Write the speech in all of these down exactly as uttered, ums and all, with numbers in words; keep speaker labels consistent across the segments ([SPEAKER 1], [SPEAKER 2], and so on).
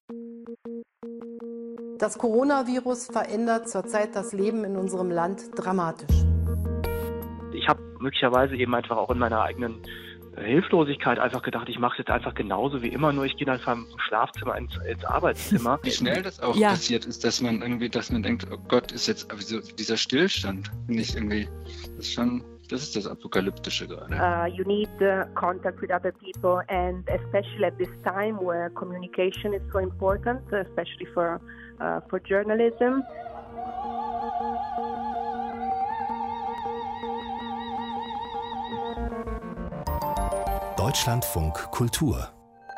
[SPEAKER 1] Das Coronavirus verändert zurzeit das Leben in unserem Land dramatisch.
[SPEAKER 2] Ich habe möglicherweise eben einfach auch in meiner eigenen Hilflosigkeit einfach gedacht, ich mache es jetzt einfach genauso wie immer, nur ich gehe dann vom Schlafzimmer ins, ins Arbeitszimmer.
[SPEAKER 3] Wie schnell das auch ja. passiert ist, dass man irgendwie, dass man denkt, oh Gott, ist jetzt also dieser Stillstand nicht irgendwie, das ist schon, das ist das Apokalyptische gerade.
[SPEAKER 4] Uh, you need uh, contact with other people, and especially at this time where communication is so important, especially for uh, for journalism.
[SPEAKER 5] Deutschlandfunk Kultur.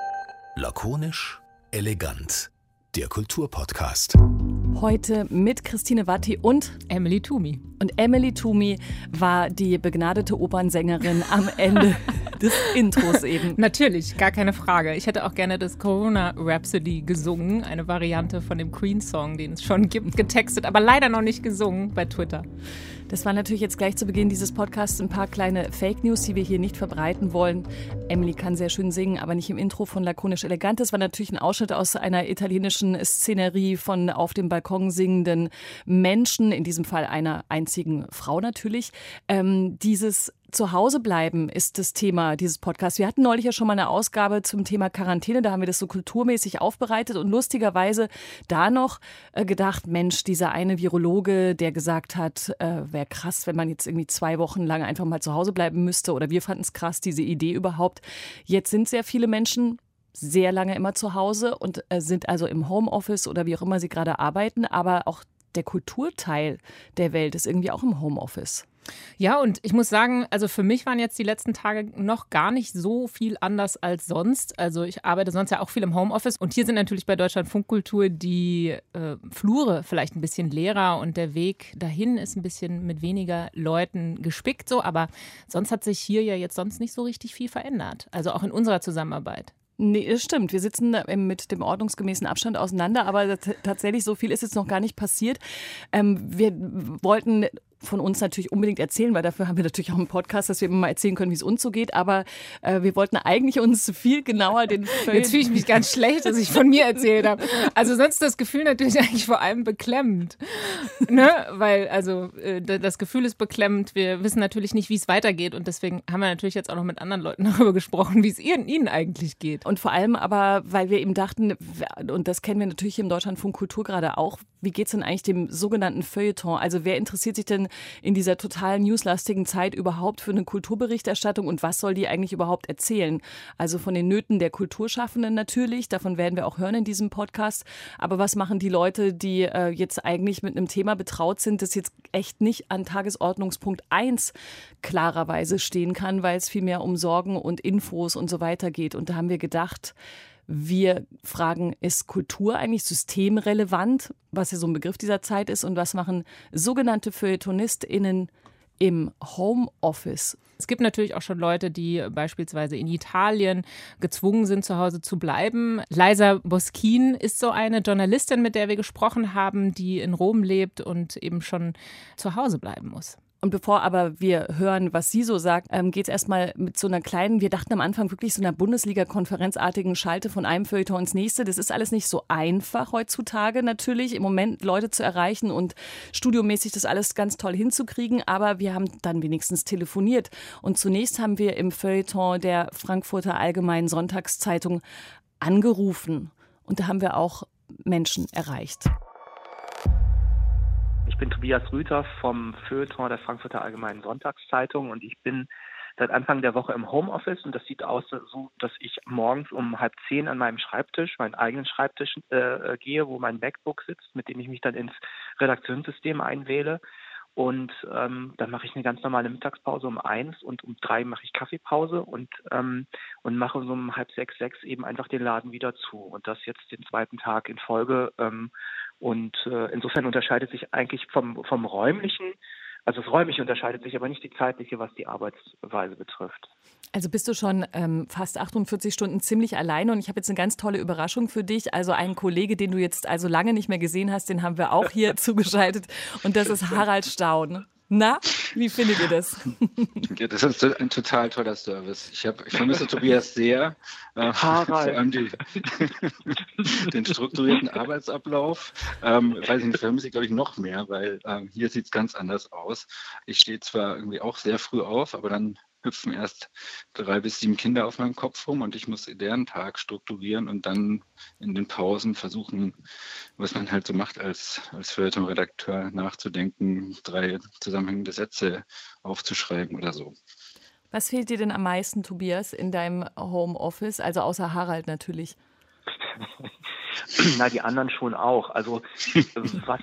[SPEAKER 5] Lakonisch, elegant. Der Kulturpodcast.
[SPEAKER 6] Heute mit Christine Watti und
[SPEAKER 7] Emily Toomey.
[SPEAKER 6] Und Emily Toomey war die begnadete Opernsängerin am Ende des Intros eben.
[SPEAKER 7] Natürlich, gar keine Frage. Ich hätte auch gerne das Corona Rhapsody gesungen, eine Variante von dem Queen-Song, den es schon gibt, getextet, aber leider noch nicht gesungen bei Twitter.
[SPEAKER 6] Das war natürlich jetzt gleich zu Beginn dieses Podcasts ein paar kleine Fake News, die wir hier nicht verbreiten wollen. Emily kann sehr schön singen, aber nicht im Intro von Lakonisch Elegant. Das war natürlich ein Ausschnitt aus einer italienischen Szenerie von auf dem Balkon singenden Menschen, in diesem Fall einer einzigen Frau natürlich. Ähm, dieses Zuhausebleiben ist das Thema dieses Podcasts. Wir hatten neulich ja schon mal eine Ausgabe zum Thema Quarantäne, da haben wir das so kulturmäßig aufbereitet und lustigerweise da noch äh, gedacht, Mensch, dieser eine Virologe, der gesagt hat, äh, wäre krass, wenn man jetzt irgendwie zwei Wochen lang einfach mal zu Hause bleiben müsste, oder wir fanden es krass, diese Idee überhaupt. Jetzt sind sehr viele Menschen sehr lange immer zu Hause und äh, sind also im Homeoffice oder wie auch immer sie gerade arbeiten, aber auch der Kulturteil der Welt ist irgendwie auch im Homeoffice.
[SPEAKER 7] Ja, und ich muss sagen, also für mich waren jetzt die letzten Tage noch gar nicht so viel anders als sonst. Also ich arbeite sonst ja auch viel im Homeoffice und hier sind natürlich bei Deutschlandfunk Kultur die äh, Flure vielleicht ein bisschen leerer und der Weg dahin ist ein bisschen mit weniger Leuten gespickt so, aber sonst hat sich hier ja jetzt sonst nicht so richtig viel verändert, also auch in unserer Zusammenarbeit.
[SPEAKER 6] Nee, das stimmt. Wir sitzen mit dem ordnungsgemäßen Abstand auseinander, aber tatsächlich so viel ist jetzt noch gar nicht passiert. Ähm, wir wollten von uns natürlich unbedingt erzählen, weil dafür haben wir natürlich auch einen Podcast, dass wir immer mal erzählen können, wie es uns so geht, aber äh, wir wollten eigentlich uns viel genauer den Feuilleton...
[SPEAKER 7] Jetzt fühle ich mich ganz schlecht, dass ich von mir erzählt habe. Also sonst ist das Gefühl natürlich eigentlich vor allem beklemmend, ne? Weil also äh, das Gefühl ist beklemmend, wir wissen natürlich nicht, wie es weitergeht und deswegen haben wir natürlich jetzt auch noch mit anderen Leuten darüber gesprochen, wie es ihnen eigentlich geht.
[SPEAKER 6] Und vor allem aber, weil wir eben dachten, und das kennen wir natürlich im Deutschlandfunk Kultur gerade auch, wie geht es denn eigentlich dem sogenannten Feuilleton? Also wer interessiert sich denn in dieser total newslastigen Zeit überhaupt für eine Kulturberichterstattung und was soll die eigentlich überhaupt erzählen? Also von den Nöten der Kulturschaffenden natürlich, davon werden wir auch hören in diesem Podcast. Aber was machen die Leute, die äh, jetzt eigentlich mit einem Thema betraut sind, das jetzt echt nicht an Tagesordnungspunkt eins klarerweise stehen kann, weil es viel mehr um Sorgen und Infos und so weiter geht. Und da haben wir gedacht, wir fragen, ist Kultur eigentlich systemrelevant, was ja so ein Begriff dieser Zeit ist, und was machen sogenannte FeuilletonistInnen im Homeoffice?
[SPEAKER 7] Es gibt natürlich auch schon Leute, die beispielsweise in Italien gezwungen sind, zu Hause zu bleiben. Liza Boschin ist so eine Journalistin, mit der wir gesprochen haben, die in Rom lebt und eben schon zu Hause bleiben muss.
[SPEAKER 6] Und bevor aber wir hören, was sie so sagt, ähm, geht es erstmal mit so einer kleinen, wir dachten am Anfang wirklich so einer Bundesliga-konferenzartigen Schalte von einem Feuilleton ins nächste. Das ist alles nicht so einfach heutzutage natürlich, im Moment Leute zu erreichen und studiomäßig das alles ganz toll hinzukriegen. Aber wir haben dann wenigstens telefoniert. Und zunächst haben wir im Feuilleton der Frankfurter Allgemeinen Sonntagszeitung angerufen. Und da haben wir auch Menschen erreicht.
[SPEAKER 2] Ich bin Tobias Rüther vom Feuilleton der Frankfurter Allgemeinen Sonntagszeitung und ich bin seit Anfang der Woche im Homeoffice und das sieht aus so, dass ich morgens um halb zehn an meinem Schreibtisch, meinen eigenen Schreibtisch äh, gehe, wo mein MacBook sitzt, mit dem ich mich dann ins Redaktionssystem einwähle. Und ähm, dann mache ich eine ganz normale Mittagspause um eins und um drei mache ich Kaffeepause und ähm, und mache so um halb sechs, sechs eben einfach den Laden wieder zu. Und das jetzt den zweiten Tag in Folge. Ähm, und äh, insofern unterscheidet sich eigentlich vom vom räumlichen, also das räumliche unterscheidet sich, aber nicht die zeitliche, was die Arbeitsweise betrifft.
[SPEAKER 6] Also bist du schon ähm, fast achtundvierzig Stunden ziemlich alleine und ich habe jetzt eine ganz tolle Überraschung für dich. Also einen Kollege, den du jetzt also lange nicht mehr gesehen hast, den haben wir auch hier zugeschaltet und das ist Harald Staun. Na, wie findet ihr das?
[SPEAKER 3] Ja, das ist ein total toller Service. Ich, hab, ich vermisse Tobias sehr. Äh, vor allem die, den strukturierten Arbeitsablauf. Ähm, weiß ich nicht, vermisse ich, glaube ich, noch mehr, weil ähm, hier sieht es ganz anders aus. Ich stehe zwar irgendwie auch sehr früh auf, aber dann hüpfen erst drei bis sieben Kinder auf meinem Kopf rum und ich muss deren Tag strukturieren und dann in den Pausen versuchen, was man halt so macht als, als Feuilleton-Redakteur, nachzudenken, drei zusammenhängende Sätze aufzuschreiben oder so.
[SPEAKER 6] Was fehlt dir denn am meisten, Tobias, in deinem Homeoffice? Also außer Harald natürlich.
[SPEAKER 2] Na, die anderen schon auch. Also was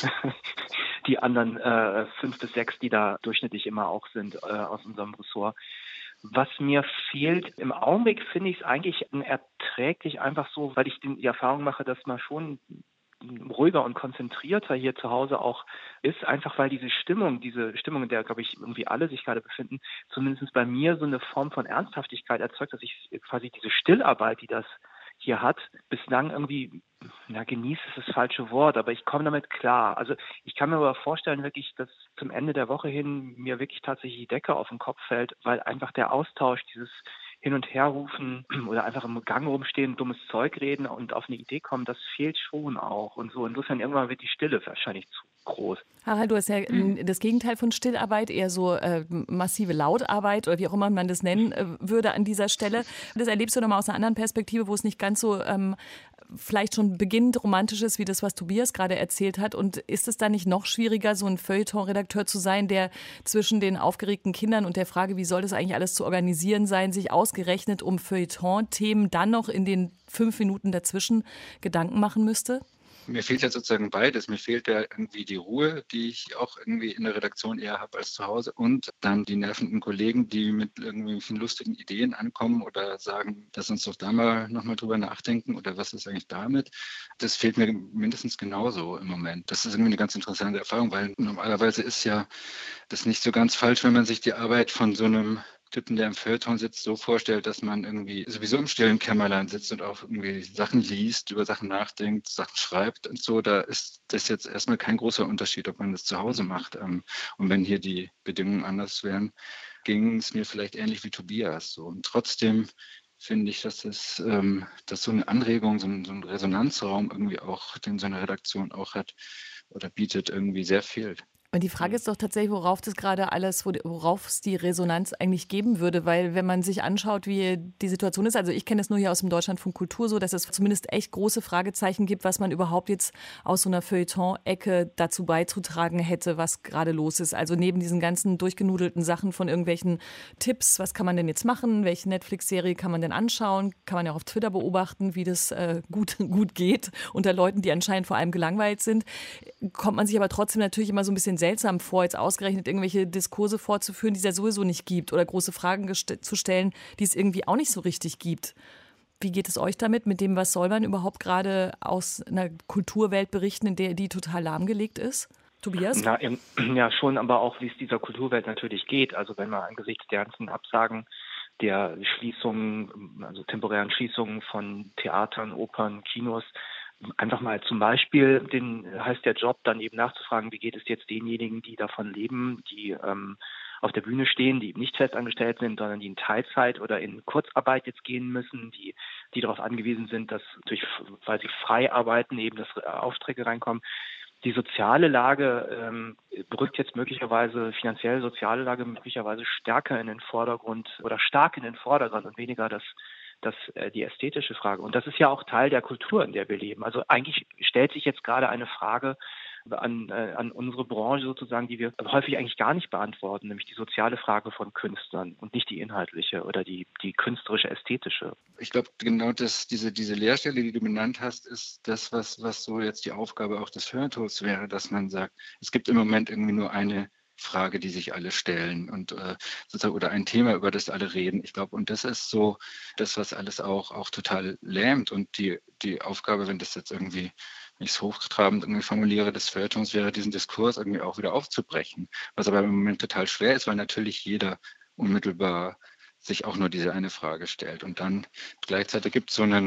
[SPEAKER 2] die anderen äh, fünf bis sechs, die da durchschnittlich immer auch sind äh, aus unserem Ressort. Was mir fehlt, im Augenblick finde ich es eigentlich erträglich einfach so, weil ich die Erfahrung mache, dass man schon ruhiger und konzentrierter hier zu Hause auch ist, einfach weil diese Stimmung, diese Stimmung, in der, glaube ich, irgendwie alle sich gerade befinden, zumindest bei mir so eine Form von Ernsthaftigkeit erzeugt, dass ich quasi diese Stillarbeit, die das hier hat, bislang irgendwie, na, genieße ist das falsche Wort, aber ich komme damit klar. Also ich kann mir aber vorstellen, wirklich, dass zum Ende der Woche hin mir wirklich tatsächlich die Decke auf den Kopf fällt, weil einfach der Austausch, dieses Hin- und Herrufen oder einfach im Gang rumstehen, dummes Zeug reden und auf eine Idee kommen, das fehlt schon auch. Und so insofern irgendwann wird die Stille wahrscheinlich zu groß.
[SPEAKER 6] Harald, du hast ja das Gegenteil von Stillarbeit, eher so äh, massive Lautarbeit oder wie auch immer man das nennen äh, würde an dieser Stelle. Das erlebst du nochmal aus einer anderen Perspektive, wo es nicht ganz so ähm, vielleicht schon beginnend romantisch ist, wie das, was Tobias gerade erzählt hat. Und ist es dann nicht noch schwieriger, so ein Feuilleton-Redakteur zu sein, der zwischen den aufgeregten Kindern und der Frage, wie soll das eigentlich alles zu organisieren sein, sich ausgerechnet um Feuilleton-Themen dann noch in den fünf Minuten dazwischen Gedanken machen müsste?
[SPEAKER 3] Mir fehlt ja sozusagen beides. Mir fehlt ja irgendwie die Ruhe, die ich auch irgendwie in der Redaktion eher habe als zu Hause. Und dann die nervenden Kollegen, die mit irgendwelchen lustigen Ideen ankommen oder sagen, lass uns doch da mal nochmal drüber nachdenken oder was ist eigentlich damit. Das fehlt mir mindestens genauso im Moment. Das ist irgendwie eine ganz interessante Erfahrung, weil normalerweise ist ja das nicht so ganz falsch, wenn man sich die Arbeit von so einem Typen, der im Feuilleton sitzt, so vorstellt, dass man irgendwie sowieso im stillen Kämmerlein sitzt und auch irgendwie Sachen liest, über Sachen nachdenkt, Sachen schreibt und so. Da ist das jetzt erstmal kein großer Unterschied, ob man das zu Hause macht. Und wenn hier die Bedingungen anders wären, ging es mir vielleicht ähnlich wie Tobias. So. Und trotzdem finde ich, dass das ähm, dass so eine Anregung, so ein, so ein Resonanzraum irgendwie auch, den so eine Redaktion auch hat oder bietet, irgendwie sehr fehlt.
[SPEAKER 6] Und die Frage ist doch tatsächlich, worauf das gerade alles, worauf es die Resonanz eigentlich geben würde, weil wenn man sich anschaut, wie die Situation ist, also ich kenne es nur hier aus dem Deutschlandfunk Kultur so, dass es zumindest echt große Fragezeichen gibt, was man überhaupt jetzt aus so einer Feuilleton-Ecke dazu beizutragen hätte, was gerade los ist. Also neben diesen ganzen durchgenudelten Sachen von irgendwelchen Tipps, was kann man denn jetzt machen, welche Netflix-Serie kann man denn anschauen, kann man ja auch auf Twitter beobachten, wie das äh, gut, gut geht unter Leuten, die anscheinend vor allem gelangweilt sind, kommt man sich aber trotzdem natürlich immer so ein bisschen seltsam vor, jetzt ausgerechnet irgendwelche Diskurse vorzuführen, die es ja sowieso nicht gibt oder große Fragen gest- zu stellen, die es irgendwie auch nicht so richtig gibt. Wie geht es euch damit, mit dem, was soll man überhaupt gerade aus einer Kulturwelt berichten, in der die total lahmgelegt ist? Tobias?
[SPEAKER 2] Na, im, ja, schon, aber auch, wie es dieser Kulturwelt natürlich geht. Also wenn man angesichts der ganzen Absagen der Schließungen, also temporären Schließungen von Theatern, Opern, Kinos, einfach mal zum Beispiel, den heißt der Job, dann eben nachzufragen, wie geht es jetzt denjenigen, die davon leben, die ähm, auf der Bühne stehen, die eben nicht festangestellt sind, sondern die in Teilzeit oder in Kurzarbeit jetzt gehen müssen, die die darauf angewiesen sind, dass durch, weil sie frei arbeiten, eben das Aufträge reinkommen. Die soziale Lage ähm, rückt jetzt möglicherweise, finanzielle soziale Lage möglicherweise stärker in den Vordergrund oder stark in den Vordergrund und weniger das Das äh, die ästhetische Frage. Und das ist ja auch Teil der Kultur, in der wir leben. Also eigentlich stellt sich jetzt gerade eine Frage an, äh, an unsere Branche sozusagen, die wir häufig eigentlich gar nicht beantworten, nämlich die soziale Frage von Künstlern und nicht die inhaltliche oder die, die künstlerische, ästhetische.
[SPEAKER 3] Ich glaube, genau das, diese, diese Leerstelle, die du benannt hast, ist das, was, was so jetzt die Aufgabe auch des Feuilletons wäre, dass man sagt, es gibt im Moment irgendwie nur eine Frage, die sich alle stellen und äh, sozusagen oder ein Thema, über das alle reden. Ich glaube, und das ist so das, was alles auch, auch total lähmt. Und die, die Aufgabe, wenn das jetzt irgendwie, wenn ich es hochtrabend irgendwie formuliere, des Feuilletons wäre, diesen Diskurs irgendwie auch wieder aufzubrechen. Was aber im Moment total schwer ist, weil natürlich jeder unmittelbar sich auch nur diese eine Frage stellt. Und dann gleichzeitig gibt es so einen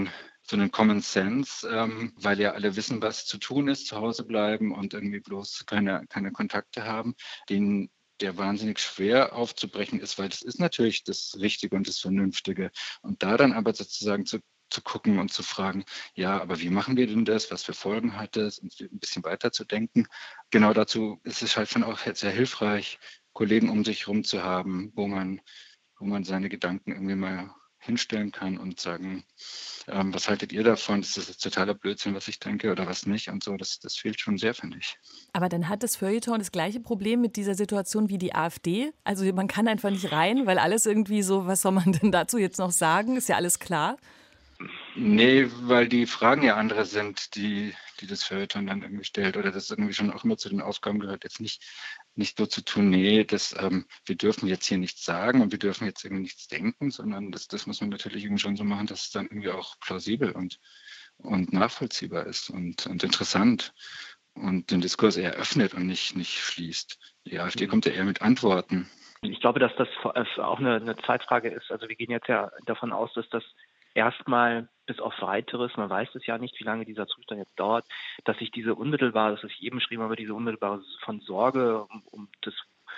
[SPEAKER 3] so einen Common Sense, ähm, weil ja alle wissen, was zu tun ist, zu Hause bleiben und irgendwie bloß keine, keine Kontakte haben, den der wahnsinnig schwer aufzubrechen ist, weil das ist natürlich das Richtige und das Vernünftige. Und da dann aber sozusagen zu, zu gucken und zu fragen, ja, aber wie machen wir denn das? Was für Folgen hat das? Und ein bisschen weiter zu denken. Genau dazu ist es halt schon auch sehr hilfreich, Kollegen um sich herum zu haben, wo man, wo man seine Gedanken irgendwie mal hinstellen kann und sagen, ähm, was haltet ihr davon? Ist das jetzt totaler Blödsinn, was ich denke oder was nicht? Und so, das, das fehlt schon sehr, finde ich.
[SPEAKER 6] Aber dann hat das Feuilleton das gleiche Problem mit dieser Situation wie die AfD. Also man kann einfach nicht rein, weil alles irgendwie so, was soll man denn dazu jetzt noch sagen? Ist ja alles klar.
[SPEAKER 3] Nee, weil die Fragen ja andere sind, die, die das Feuilleton dann irgendwie stellt oder das irgendwie schon auch immer zu den Aufgaben gehört, jetzt nicht, nicht so zu tun, nee, das, ähm, wir dürfen jetzt hier nichts sagen und wir dürfen jetzt irgendwie nichts denken, sondern das, das muss man natürlich irgendwie schon so machen, dass es dann irgendwie auch plausibel und, und nachvollziehbar ist und, und interessant und den Diskurs eher öffnet und nicht, nicht schließt. Die AfD kommt ja eher mit Antworten.
[SPEAKER 2] Ich glaube, dass das auch eine, eine Zeitfrage ist. Also wir gehen jetzt ja davon aus, dass das erstmal bis auf Weiteres, man weiß es ja nicht, wie lange dieser Zustand jetzt dauert, dass sich diese unmittelbare, das was ich eben beschrieben habe, diese unmittelbare von Sorge um, um das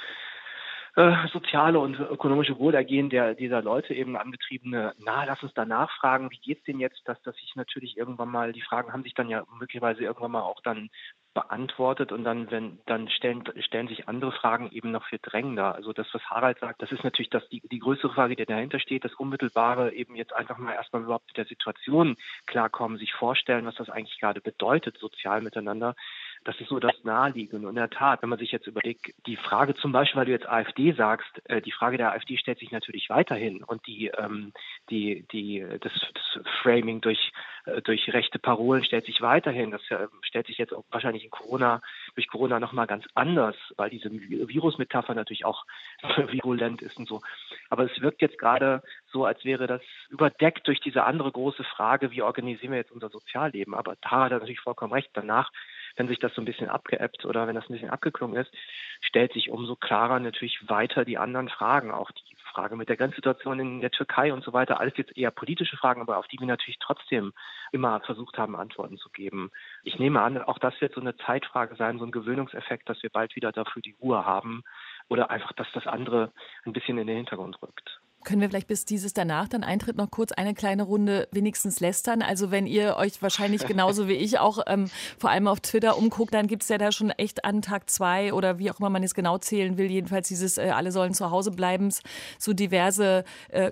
[SPEAKER 2] äh, soziale und ökonomische Wohlergehen der dieser Leute eben angetriebene, na, lass uns da nachfragen, wie geht's denn jetzt, dass dass sich natürlich irgendwann mal, die Fragen haben sich dann ja möglicherweise irgendwann mal auch dann beantwortet und dann, wenn, dann stellen, stellen sich andere Fragen eben noch viel drängender. Also das, was Harald sagt, das ist natürlich das, die, die größere Frage, die dahinter steht, das Unmittelbare eben jetzt einfach mal erstmal überhaupt mit der Situation klarkommen, sich vorstellen, was das eigentlich gerade bedeutet, sozial miteinander. Das ist so das Naheliegende. Und in der Tat, wenn man sich jetzt überlegt, die Frage zum Beispiel, weil du jetzt AfD sagst, äh, die Frage der AfD stellt sich natürlich weiterhin und die, ähm, die, die, das, das Framing durch, äh, durch rechte Parolen stellt sich weiterhin. Das äh, stellt sich jetzt auch wahrscheinlich in Corona, durch Corona nochmal ganz anders, weil diese Virusmetapher natürlich auch virulent ist und so. Aber es wirkt jetzt gerade so, als wäre das überdeckt durch diese andere große Frage, wie organisieren wir jetzt unser Sozialleben? Aber da hat er natürlich vollkommen recht. Danach, wenn sich das so ein bisschen abgeebbt oder wenn das ein bisschen abgeklungen ist, stellt sich umso klarer natürlich weiter die anderen Fragen. Auch die Frage mit der Grenzsituation in der Türkei und so weiter. Alles jetzt eher politische Fragen, aber auf die wir natürlich trotzdem immer versucht haben, Antworten zu geben. Ich nehme an, auch das wird so eine Zeitfrage sein, so ein Gewöhnungseffekt, dass wir bald wieder dafür die Ruhe haben oder einfach, dass das andere ein bisschen in den Hintergrund rückt.
[SPEAKER 6] Können wir vielleicht, bis dieses danach dann eintritt, noch kurz eine kleine Runde wenigstens lästern? Also wenn ihr euch wahrscheinlich genauso wie ich auch ähm, vor allem auf Twitter umguckt, dann gibt es ja da schon echt an Tag zwei oder wie auch immer man es genau zählen will, jedenfalls dieses äh, alle sollen zu Hause bleiben, so diverse äh,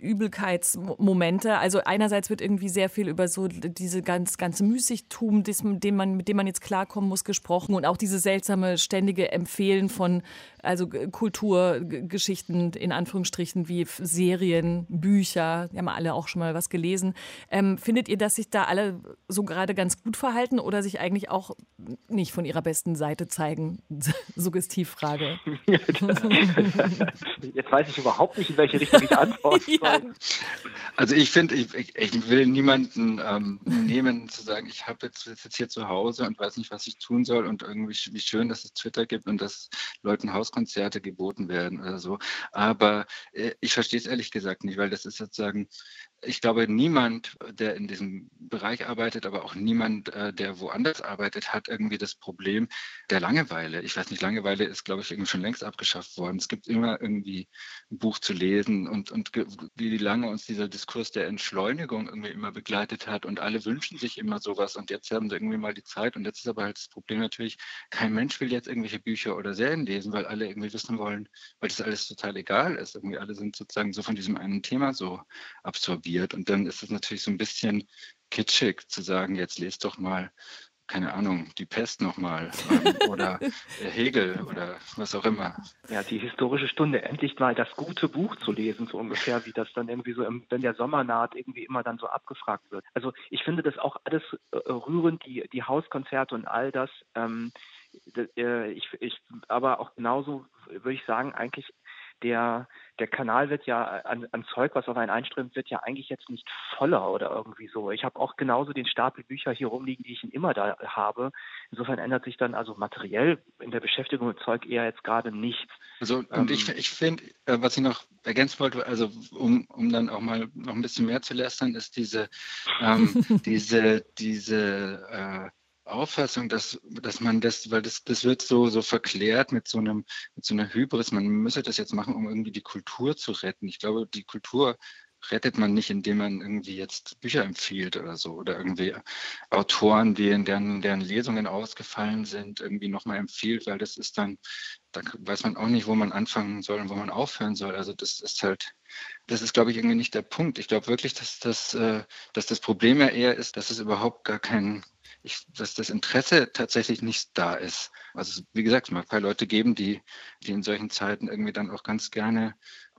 [SPEAKER 6] Übelkeitsmomente. Also einerseits wird irgendwie sehr viel über so diese ganz ganze Müßigtum, das, mit dem man, mit dem man jetzt klarkommen muss, gesprochen und auch diese seltsame ständige Empfehlen von also Kulturgeschichten in Anführungsstrichen wie Serien, Bücher, die haben alle auch schon mal was gelesen. Ähm, findet ihr, dass sich da alle so gerade ganz gut verhalten oder sich eigentlich auch nicht von ihrer besten Seite zeigen? Suggestivfrage.
[SPEAKER 2] Jetzt weiß ich überhaupt nicht, in welche Richtung ich antworten soll. Ja.
[SPEAKER 3] Also ich finde, ich, ich, ich will niemanden ähm, nehmen, zu sagen, ich habe jetzt, jetzt hier zu Hause und weiß nicht, was ich tun soll und irgendwie wie schön, dass es Twitter gibt und dass Leuten Hauskonzerte geboten werden oder so. Aber äh, ich verstehe es ehrlich gesagt nicht, weil das ist sozusagen, ich glaube, niemand, der in diesem Bereich arbeitet, aber auch niemand, äh, der woanders arbeitet, hat irgendwie das Problem der Langeweile. Ich weiß nicht, Langeweile ist, glaube ich, irgendwie schon längst abgeschafft worden. Es gibt immer irgendwie ein Buch zu lesen und, und wie lange uns dieser Diskurs der Entschleunigung irgendwie immer begleitet hat und alle wünschen sich immer sowas und jetzt haben sie irgendwie mal die Zeit und jetzt ist aber halt das Problem natürlich, kein Mensch will jetzt irgendwelche Bücher oder Serien lesen, weil alle irgendwie wissen wollen, weil das alles total egal ist. Irgendwie alle sind sozusagen so von diesem einen Thema so absorbiert. Und dann ist es natürlich so ein bisschen kitschig zu sagen, jetzt lest doch mal, keine Ahnung, die Pest nochmal ähm, oder Hegel oder was auch immer.
[SPEAKER 2] Ja, die historische Stunde, endlich mal das gute Buch zu lesen, so ungefähr, wie das dann irgendwie so, im, wenn der Sommer naht, irgendwie immer dann so abgefragt wird. Also ich finde das auch alles äh, rührend, die, die Hauskonzerte und all das. Ähm, äh, ich, ich, aber auch genauso würde ich sagen, eigentlich der der Kanal wird ja an, an Zeug, was auf einen einströmt, wird ja eigentlich jetzt nicht voller oder irgendwie so. Ich habe auch genauso den Stapel Bücher hier rumliegen, die ich immer da habe. Insofern ändert sich dann also materiell in der Beschäftigung mit Zeug eher jetzt gerade nichts.
[SPEAKER 3] Also und
[SPEAKER 2] ähm,
[SPEAKER 3] ich, ich finde, was ich noch ergänzen wollte, also um, um dann auch mal noch ein bisschen mehr zu lästern, ist diese, ähm, diese, diese äh, Auffassung, dass, dass man das, weil das, das wird so, so verklärt mit so einem, mit so einer Hybris, man müsse das jetzt machen, um irgendwie die Kultur zu retten. Ich glaube, die Kultur rettet man nicht, indem man irgendwie jetzt Bücher empfiehlt oder so oder irgendwie Autoren, die in deren, deren Lesungen ausgefallen sind, irgendwie nochmal empfiehlt, weil das ist dann, da weiß man auch nicht, wo man anfangen soll und wo man aufhören soll. Also das ist halt, das ist, glaube ich, irgendwie nicht der Punkt. Ich glaube wirklich, dass das, äh, dass das Problem ja eher ist, dass es überhaupt gar kein Ich, dass das Interesse tatsächlich nicht da ist. Also wie gesagt, es mag ein paar Leute geben, die, die in solchen Zeiten irgendwie dann auch ganz gerne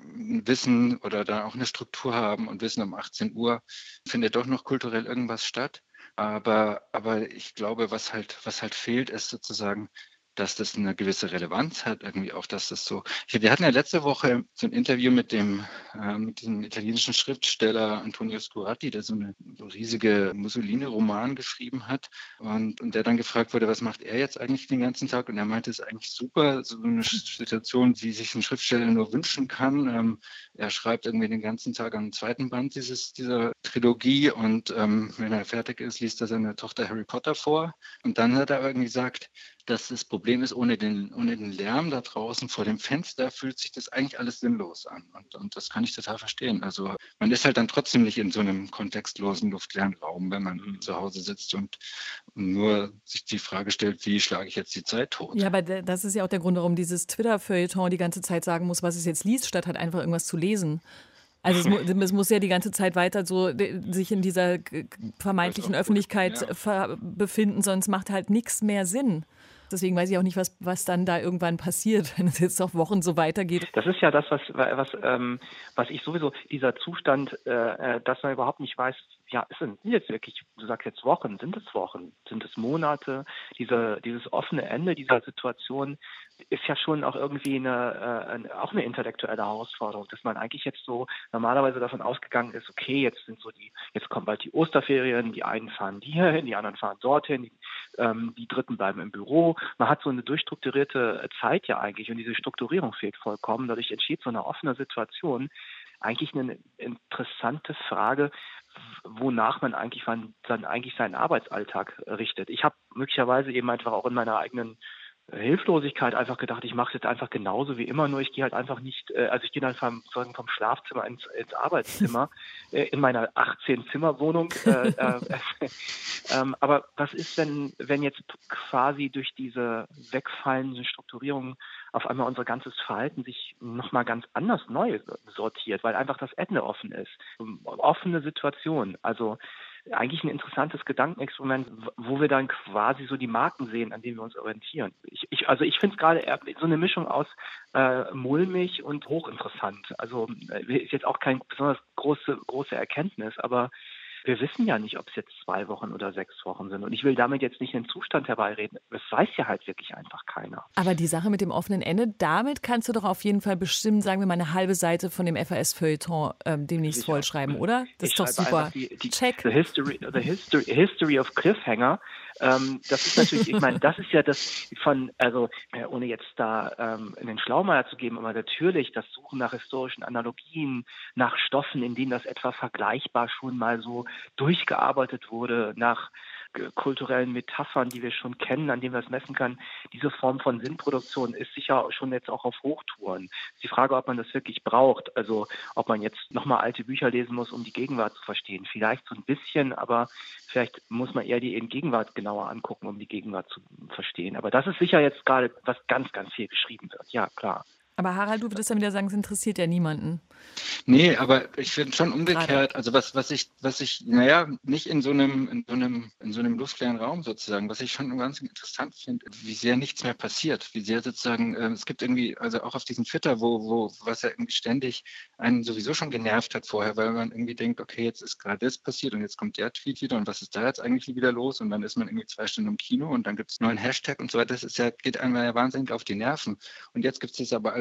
[SPEAKER 3] wissen oder da auch eine Struktur haben und wissen, um achtzehn Uhr findet doch noch kulturell irgendwas statt. Aber, aber ich glaube, was halt, was halt fehlt, ist sozusagen, dass das eine gewisse Relevanz hat, irgendwie auch, dass das so. Ich, wir hatten ja letzte Woche so ein Interview mit dem äh, mit diesem italienischen Schriftsteller Antonio Scuratti, der so eine so riesige Mussolini-Roman geschrieben hat und, und der dann gefragt wurde, was macht er jetzt eigentlich den ganzen Tag? Und er meinte, es ist eigentlich super, so eine Situation, wie sich ein Schriftsteller nur wünschen kann. Ähm, er schreibt irgendwie den ganzen Tag am zweiten Band dieses, dieser Trilogie und ähm, wenn er fertig ist, liest er seiner Tochter Harry Potter vor. Und dann hat er irgendwie gesagt, dass das Problem ist, ohne den, ohne den Lärm da draußen vor dem Fenster fühlt sich das eigentlich alles sinnlos an. Und, und das kann ich total verstehen. Also man ist halt dann trotzdem nicht in so einem kontextlosen, luftleeren Raum, wenn man mhm. zu Hause sitzt und nur sich die Frage stellt, wie schlage ich jetzt die Zeit tot?
[SPEAKER 6] Ja, aber das ist ja auch der Grund, warum dieses Twitter-Feuilleton die ganze Zeit sagen muss, was es jetzt liest, statt halt einfach irgendwas zu lesen. Also es, mu es muss ja die ganze Zeit weiter so sich in dieser vermeintlichen Öffentlichkeit ja. befinden, sonst macht halt nichts mehr Sinn. Deswegen weiß ich auch nicht, was, was dann da irgendwann passiert, wenn es jetzt noch Wochen so weitergeht.
[SPEAKER 2] Das ist ja das, was, was, ähm, was ich sowieso, dieser Zustand, äh, dass man überhaupt nicht weiß, ja, es sind jetzt wirklich, du sagst jetzt Wochen, sind es Wochen, sind es Monate, diese, dieses offene Ende dieser Situation ist ja schon auch irgendwie eine, äh, eine, auch eine intellektuelle Herausforderung, dass man eigentlich jetzt so normalerweise davon ausgegangen ist, okay, jetzt sind so die, jetzt kommen bald die Osterferien, die einen fahren hierhin, die anderen fahren dorthin, die, ähm, die Dritten bleiben im Büro. Man hat so eine durchstrukturierte Zeit ja eigentlich und diese Strukturierung fehlt vollkommen. Dadurch entsteht so eine offene Situation. Eigentlich eine interessante Frage, wonach man eigentlich dann eigentlich seinen Arbeitsalltag richtet. Ich habe möglicherweise eben einfach auch in meiner eigenen Hilflosigkeit einfach gedacht, ich mache es jetzt einfach genauso wie immer, nur ich gehe halt einfach nicht, äh, also ich gehe dann vom, vom Schlafzimmer ins, ins Arbeitszimmer äh, in meiner achtzehn-Zimmer-Wohnung. Äh, äh, ähm, aber was ist, wenn, wenn jetzt quasi durch diese wegfallende Strukturierung auf einmal unser ganzes Verhalten sich nochmal ganz anders neu sortiert, weil einfach das Ende offen ist. Offene Situation, also eigentlich ein interessantes Gedankenexperiment, wo wir dann quasi so die Marken sehen, an denen wir uns orientieren. Ich, ich, also ich finde es gerade so eine Mischung aus äh, mulmig und hochinteressant. Also äh, ist jetzt auch keine besonders große, große Erkenntnis, aber wir wissen ja nicht, ob es jetzt zwei Wochen oder sechs Wochen sind. Und ich will damit jetzt nicht einen Zustand herbeireden. Das weiß ja halt wirklich einfach keiner.
[SPEAKER 6] Aber die Sache mit dem offenen Ende, damit kannst du doch auf jeden Fall bestimmt, sagen wir mal, eine halbe Seite von dem F A S-Feuilleton ähm, demnächst Sicher. vollschreiben, oder? Das ich ist doch super.
[SPEAKER 2] Die, die,
[SPEAKER 6] Check.
[SPEAKER 2] The history, the history, history of Cliffhanger. Ähm, das ist natürlich, ich meine, das ist ja das von, also äh, ohne jetzt da ähm, in den Schlaumeier zu geben, aber natürlich das Suchen nach historischen Analogien, nach Stoffen, in denen das etwa vergleichbar schon mal so durchgearbeitet wurde, nach kulturellen Metaphern, die wir schon kennen, an denen wir es messen können. Diese Form von Sinnproduktion ist sicher schon jetzt auch auf Hochtouren. Die Frage, ob man das wirklich braucht, also ob man jetzt nochmal alte Bücher lesen muss, um die Gegenwart zu verstehen. Vielleicht so ein bisschen, aber vielleicht muss man eher die Gegenwart genauer angucken, um die Gegenwart zu verstehen. Aber das ist sicher jetzt gerade, was ganz, ganz viel geschrieben wird. Ja, klar.
[SPEAKER 6] Aber Harald, du würdest dann wieder sagen, es interessiert ja niemanden.
[SPEAKER 3] Nee, aber ich finde schon umgekehrt, Gerade. also was, was ich, was ich, naja, nicht in so einem, in so einem, in so einem luftleeren Raum sozusagen, was ich schon ganz interessant finde, wie sehr nichts mehr passiert, wie sehr sozusagen, äh, es gibt irgendwie, also auch auf diesem Twitter, wo, wo, was ja irgendwie ständig einen sowieso schon genervt hat vorher, weil man irgendwie denkt, okay, jetzt ist gerade das passiert und jetzt kommt der Tweet wieder und was ist da jetzt eigentlich wieder los und dann ist man irgendwie zwei Stunden im Kino und dann gibt es einen neuen Hashtag und so weiter, das ist ja, geht einem ja wahnsinnig auf die Nerven und jetzt gibt es das aber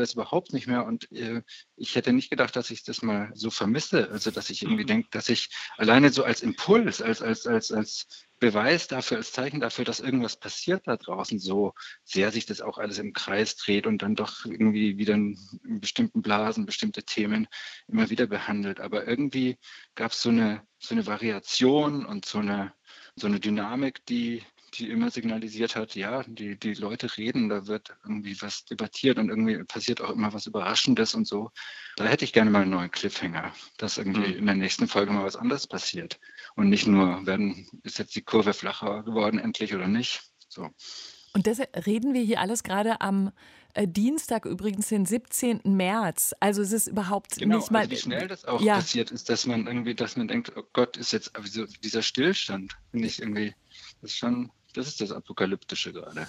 [SPEAKER 3] alles überhaupt nicht mehr. Und äh, ich hätte nicht gedacht, dass ich das mal so vermisse. Also dass ich irgendwie denke, dass ich alleine so als Impuls, als, als, als, als Beweis dafür, als Zeichen dafür, dass irgendwas passiert da draußen, so sehr sich das auch alles im Kreis dreht und dann doch irgendwie wieder in bestimmten Blasen, bestimmte Themen immer wieder behandelt. Aber irgendwie gab es so eine, so eine Variation und so eine, so eine Dynamik, die die immer signalisiert hat, ja, die, die Leute reden, da wird irgendwie was debattiert und irgendwie passiert auch immer was Überraschendes und so. Da hätte ich gerne mal einen neuen Cliffhanger, dass irgendwie mhm. in der nächsten Folge mal was anderes passiert. Und nicht nur, werden, ist jetzt die Kurve flacher geworden endlich oder nicht. So.
[SPEAKER 6] Und deshalb reden wir hier alles gerade am äh, Dienstag, übrigens den siebzehnten März. Also es ist überhaupt
[SPEAKER 3] genau,
[SPEAKER 6] nicht mal...
[SPEAKER 3] Also wie schnell das auch
[SPEAKER 6] ja.
[SPEAKER 3] passiert ist, dass man irgendwie, dass man denkt, oh Gott, ist jetzt also dieser Stillstand, finde ich irgendwie, das ist schon... Das ist das Apokalyptische gerade.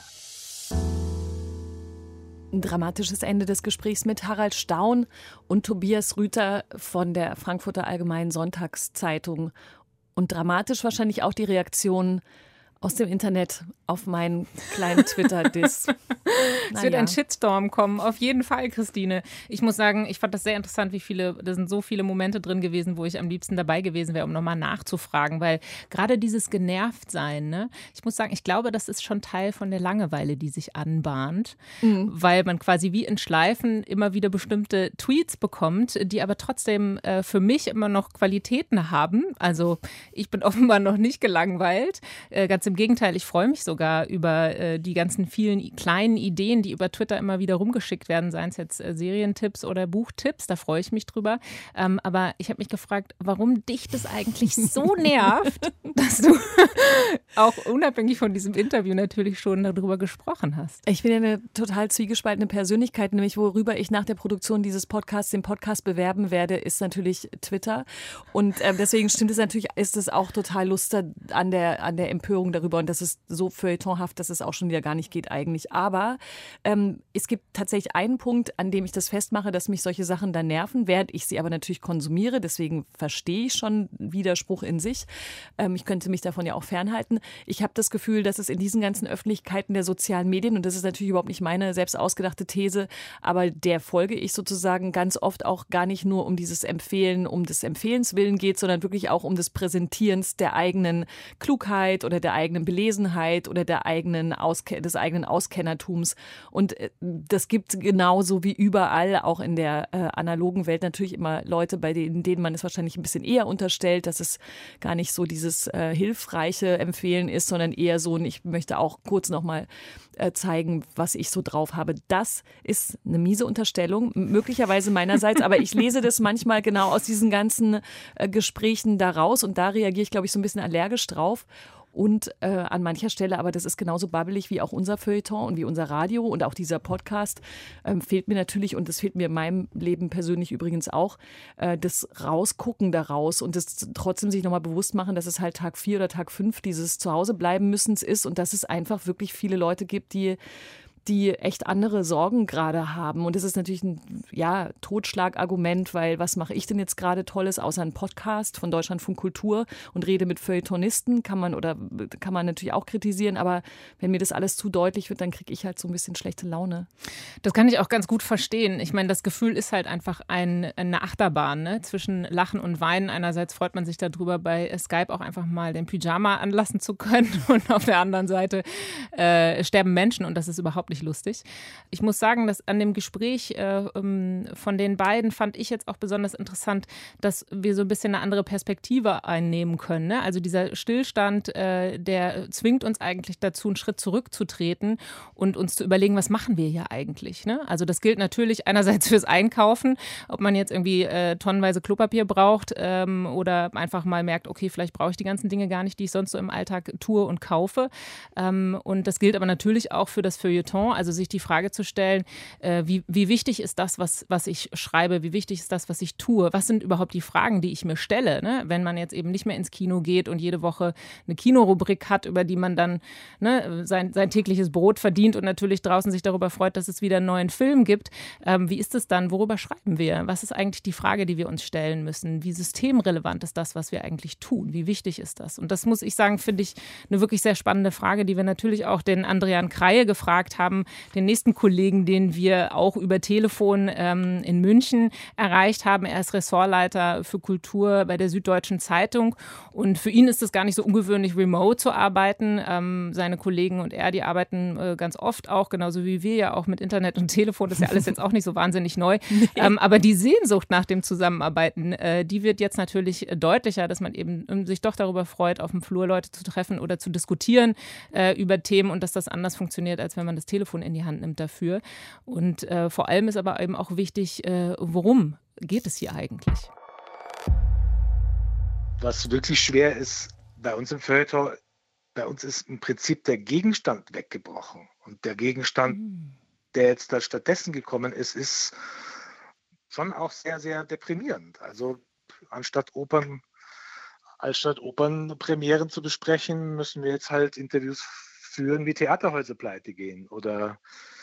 [SPEAKER 6] Ein dramatisches Ende des Gesprächs mit Harald Staun und Tobias Rüther von der Frankfurter Allgemeinen Sonntagszeitung. Und dramatisch wahrscheinlich auch die Reaktion aus dem Internet auf meinen kleinen Twitter-Diss.
[SPEAKER 7] Es naja. wird ein Shitstorm kommen, auf jeden Fall, Christine. Ich muss sagen, ich fand das sehr interessant, wie viele, da sind so viele Momente drin gewesen, wo ich am liebsten dabei gewesen wäre, um nochmal nachzufragen, weil gerade dieses Genervtsein, ne, ich muss sagen, ich glaube, das ist schon Teil von der Langeweile, die sich anbahnt, mhm. weil man quasi wie in Schleifen immer wieder bestimmte Tweets bekommt, die aber trotzdem äh, für mich immer noch Qualitäten haben. Also ich bin offenbar noch nicht gelangweilt, äh, ganz im Gegenteil, ich freue mich sogar über äh, die ganzen vielen kleinen Ideen, die über Twitter immer wieder rumgeschickt werden, seien es jetzt äh, Serientipps oder Buchtipps, da freue ich mich drüber. Ähm, aber ich habe mich gefragt, warum dich das eigentlich so nervt, dass du auch unabhängig von diesem Interview natürlich schon darüber gesprochen hast.
[SPEAKER 6] Ich bin ja eine total zwiegespaltene Persönlichkeit, nämlich worüber ich nach der Produktion dieses Podcasts den Podcast bewerben werde, ist natürlich Twitter. Und äh, deswegen stimmt es natürlich, ist es auch total lustig an der, an der Empörung darüber. Und das ist so feuilletonhaft, dass es auch schon wieder gar nicht geht eigentlich. Aber ähm, es gibt tatsächlich einen Punkt, an dem ich das festmache, dass mich solche Sachen dann nerven, während ich sie aber natürlich konsumiere. Deswegen verstehe ich schon Widerspruch in sich. Ähm, ich könnte mich davon ja auch fernhalten. Ich habe das Gefühl, dass es in diesen ganzen Öffentlichkeiten der sozialen Medien, und das ist natürlich überhaupt nicht meine selbst ausgedachte These, aber der folge ich sozusagen ganz oft auch gar nicht nur um dieses Empfehlen, um des Empfehlens willen geht, sondern wirklich auch um des Präsentierens der eigenen Klugheit oder der eigenen Belesenheit oder der eigenen Auske- des eigenen Auskennertums. Und das gibt genauso wie überall, auch in der äh, analogen Welt, natürlich immer Leute, bei denen, denen man es wahrscheinlich ein bisschen eher unterstellt, dass es gar nicht so dieses äh, hilfreiche Empfehlen ist, sondern eher so, und ich möchte auch kurz nochmal äh, zeigen, was ich so drauf habe. Das ist eine miese Unterstellung, möglicherweise meinerseits, aber ich lese das manchmal genau aus diesen ganzen äh, Gesprächen da raus und da reagiere ich, glaube ich, so ein bisschen allergisch drauf. Und äh, an mancher Stelle, aber das ist genauso babbelig wie auch unser Feuilleton und wie unser Radio und auch dieser Podcast, ähm, fehlt mir natürlich, und das fehlt mir in meinem Leben persönlich übrigens auch, äh, das Rausgucken daraus und das trotzdem sich nochmal bewusst machen, dass es halt Tag vier oder Tag fünf dieses Zuhausebleiben-Müssens ist und dass es einfach wirklich viele Leute gibt, die die echt andere Sorgen gerade haben. Und das ist natürlich ein ja, Totschlagargument, weil was mache ich denn jetzt gerade Tolles, außer einen Podcast von Deutschlandfunk Kultur und rede mit Feuilletonisten, kann man oder kann man natürlich auch kritisieren, aber wenn mir das alles zu deutlich wird, dann kriege ich halt so ein bisschen schlechte Laune.
[SPEAKER 7] Das kann ich auch ganz gut verstehen. Ich meine, das Gefühl ist halt einfach ein, eine Achterbahn, ne? Zwischen Lachen und Weinen. Einerseits freut man sich darüber, bei Skype auch einfach mal den Pyjama anlassen zu können und auf der anderen Seite äh, sterben Menschen und das ist überhaupt nicht lustig. Ich muss sagen, dass an dem Gespräch äh, von den beiden fand ich jetzt auch besonders interessant, dass wir so ein bisschen eine andere Perspektive einnehmen können. Ne? Also dieser Stillstand, äh, der zwingt uns eigentlich dazu, einen Schritt zurückzutreten und uns zu überlegen, was machen wir hier eigentlich? Ne? Also das gilt natürlich einerseits fürs Einkaufen, ob man jetzt irgendwie äh, tonnenweise Klopapier braucht ähm, oder einfach mal merkt, okay, vielleicht brauche ich die ganzen Dinge gar nicht, die ich sonst so im Alltag tue und kaufe. Ähm, und das gilt aber natürlich auch für das Feuilleton, also sich die Frage zu stellen, äh, wie, wie wichtig ist das, was, was ich schreibe, wie wichtig ist das, was ich tue, was sind überhaupt die Fragen, die ich mir stelle, ne? Wenn man jetzt eben nicht mehr ins Kino geht und jede Woche eine Kinorubrik hat, über die man dann ne, sein, sein tägliches Brot verdient und natürlich draußen sich darüber freut, dass es wieder einen neuen Film gibt. Ähm, wie ist es dann, worüber schreiben wir? Was ist eigentlich die Frage, die wir uns stellen müssen? Wie systemrelevant ist das, was wir eigentlich tun? Wie wichtig ist das? Und das muss ich sagen, finde ich eine wirklich sehr spannende Frage, die wir natürlich auch den Andrian Kreie gefragt haben, haben den nächsten Kollegen, den wir auch über Telefon ähm, in München erreicht haben. Er ist Ressortleiter für Kultur bei der Süddeutschen Zeitung und für ihn ist es gar nicht so ungewöhnlich, remote zu arbeiten. Ähm, seine Kollegen und er, die arbeiten äh, ganz oft auch, genauso wie wir ja auch mit Internet und Telefon. Das ist ja alles jetzt auch nicht so wahnsinnig neu. Nee. Ähm, aber die Sehnsucht nach dem Zusammenarbeiten, äh, die wird jetzt natürlich deutlicher, dass man eben ähm, sich doch darüber freut, auf dem Flur Leute zu treffen oder zu diskutieren äh, über Themen und dass das anders funktioniert, als wenn man das Telefon in die Hand nimmt dafür. Und äh, vor allem ist aber eben auch wichtig, äh, worum geht es hier eigentlich?
[SPEAKER 8] Was wirklich schwer ist bei uns im Feuilleton, bei uns ist im Prinzip der Gegenstand weggebrochen. Und der Gegenstand, mhm. der jetzt da stattdessen gekommen ist, ist schon auch sehr, sehr deprimierend. Also anstatt Opern, anstatt Opernpremieren zu besprechen, müssen wir jetzt halt Interviews führen, wie Theaterhäuser pleite gehen oder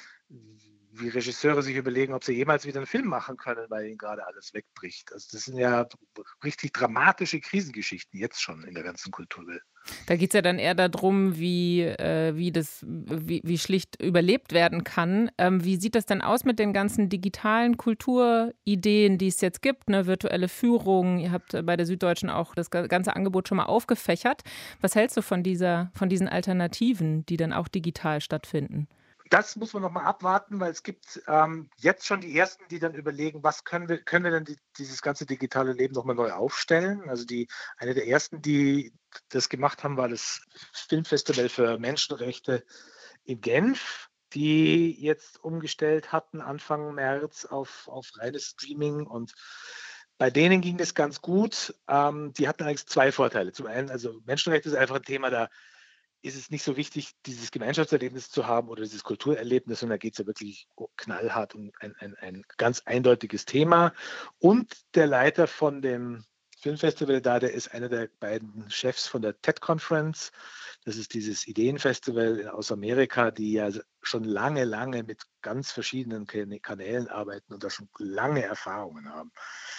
[SPEAKER 8] wie Regisseure sich überlegen, ob sie jemals wieder einen Film machen können, weil ihnen gerade alles wegbricht. Also das sind ja richtig dramatische Krisengeschichten jetzt schon in der ganzen Kulturwelt.
[SPEAKER 7] Da geht es ja dann eher darum, wie, äh, wie, das, wie, wie schlicht überlebt werden kann. Ähm, wie sieht das denn aus mit den ganzen digitalen Kulturideen, die es jetzt gibt? Ne? Virtuelle Führung, ihr habt bei der Süddeutschen auch das ganze Angebot schon mal aufgefächert. Was hältst du von, dieser, von diesen Alternativen, die dann auch digital stattfinden?
[SPEAKER 8] Das muss man noch mal abwarten, weil es gibt ähm, jetzt schon die Ersten, die dann überlegen, was können wir, können wir denn die, dieses ganze digitale Leben noch mal neu aufstellen. Also die eine der Ersten, die das gemacht haben, war das Filmfestival für Menschenrechte in Genf, die jetzt umgestellt hatten Anfang März auf, auf reines Streaming und bei denen ging das ganz gut. Ähm, die hatten eigentlich zwei Vorteile. Zum einen, also Menschenrechte ist einfach ein Thema, da ist es nicht so wichtig, dieses Gemeinschaftserlebnis zu haben oder dieses Kulturerlebnis, sondern da geht es ja wirklich knallhart um ein, ein, ein ganz eindeutiges Thema. Und der Leiter von dem Filmfestival da, der ist einer der beiden Chefs von der TED Conference. Das ist dieses Ideenfestival aus Amerika, die ja schon lange, lange mit ganz verschiedenen Kanälen arbeiten und da schon lange Erfahrungen haben.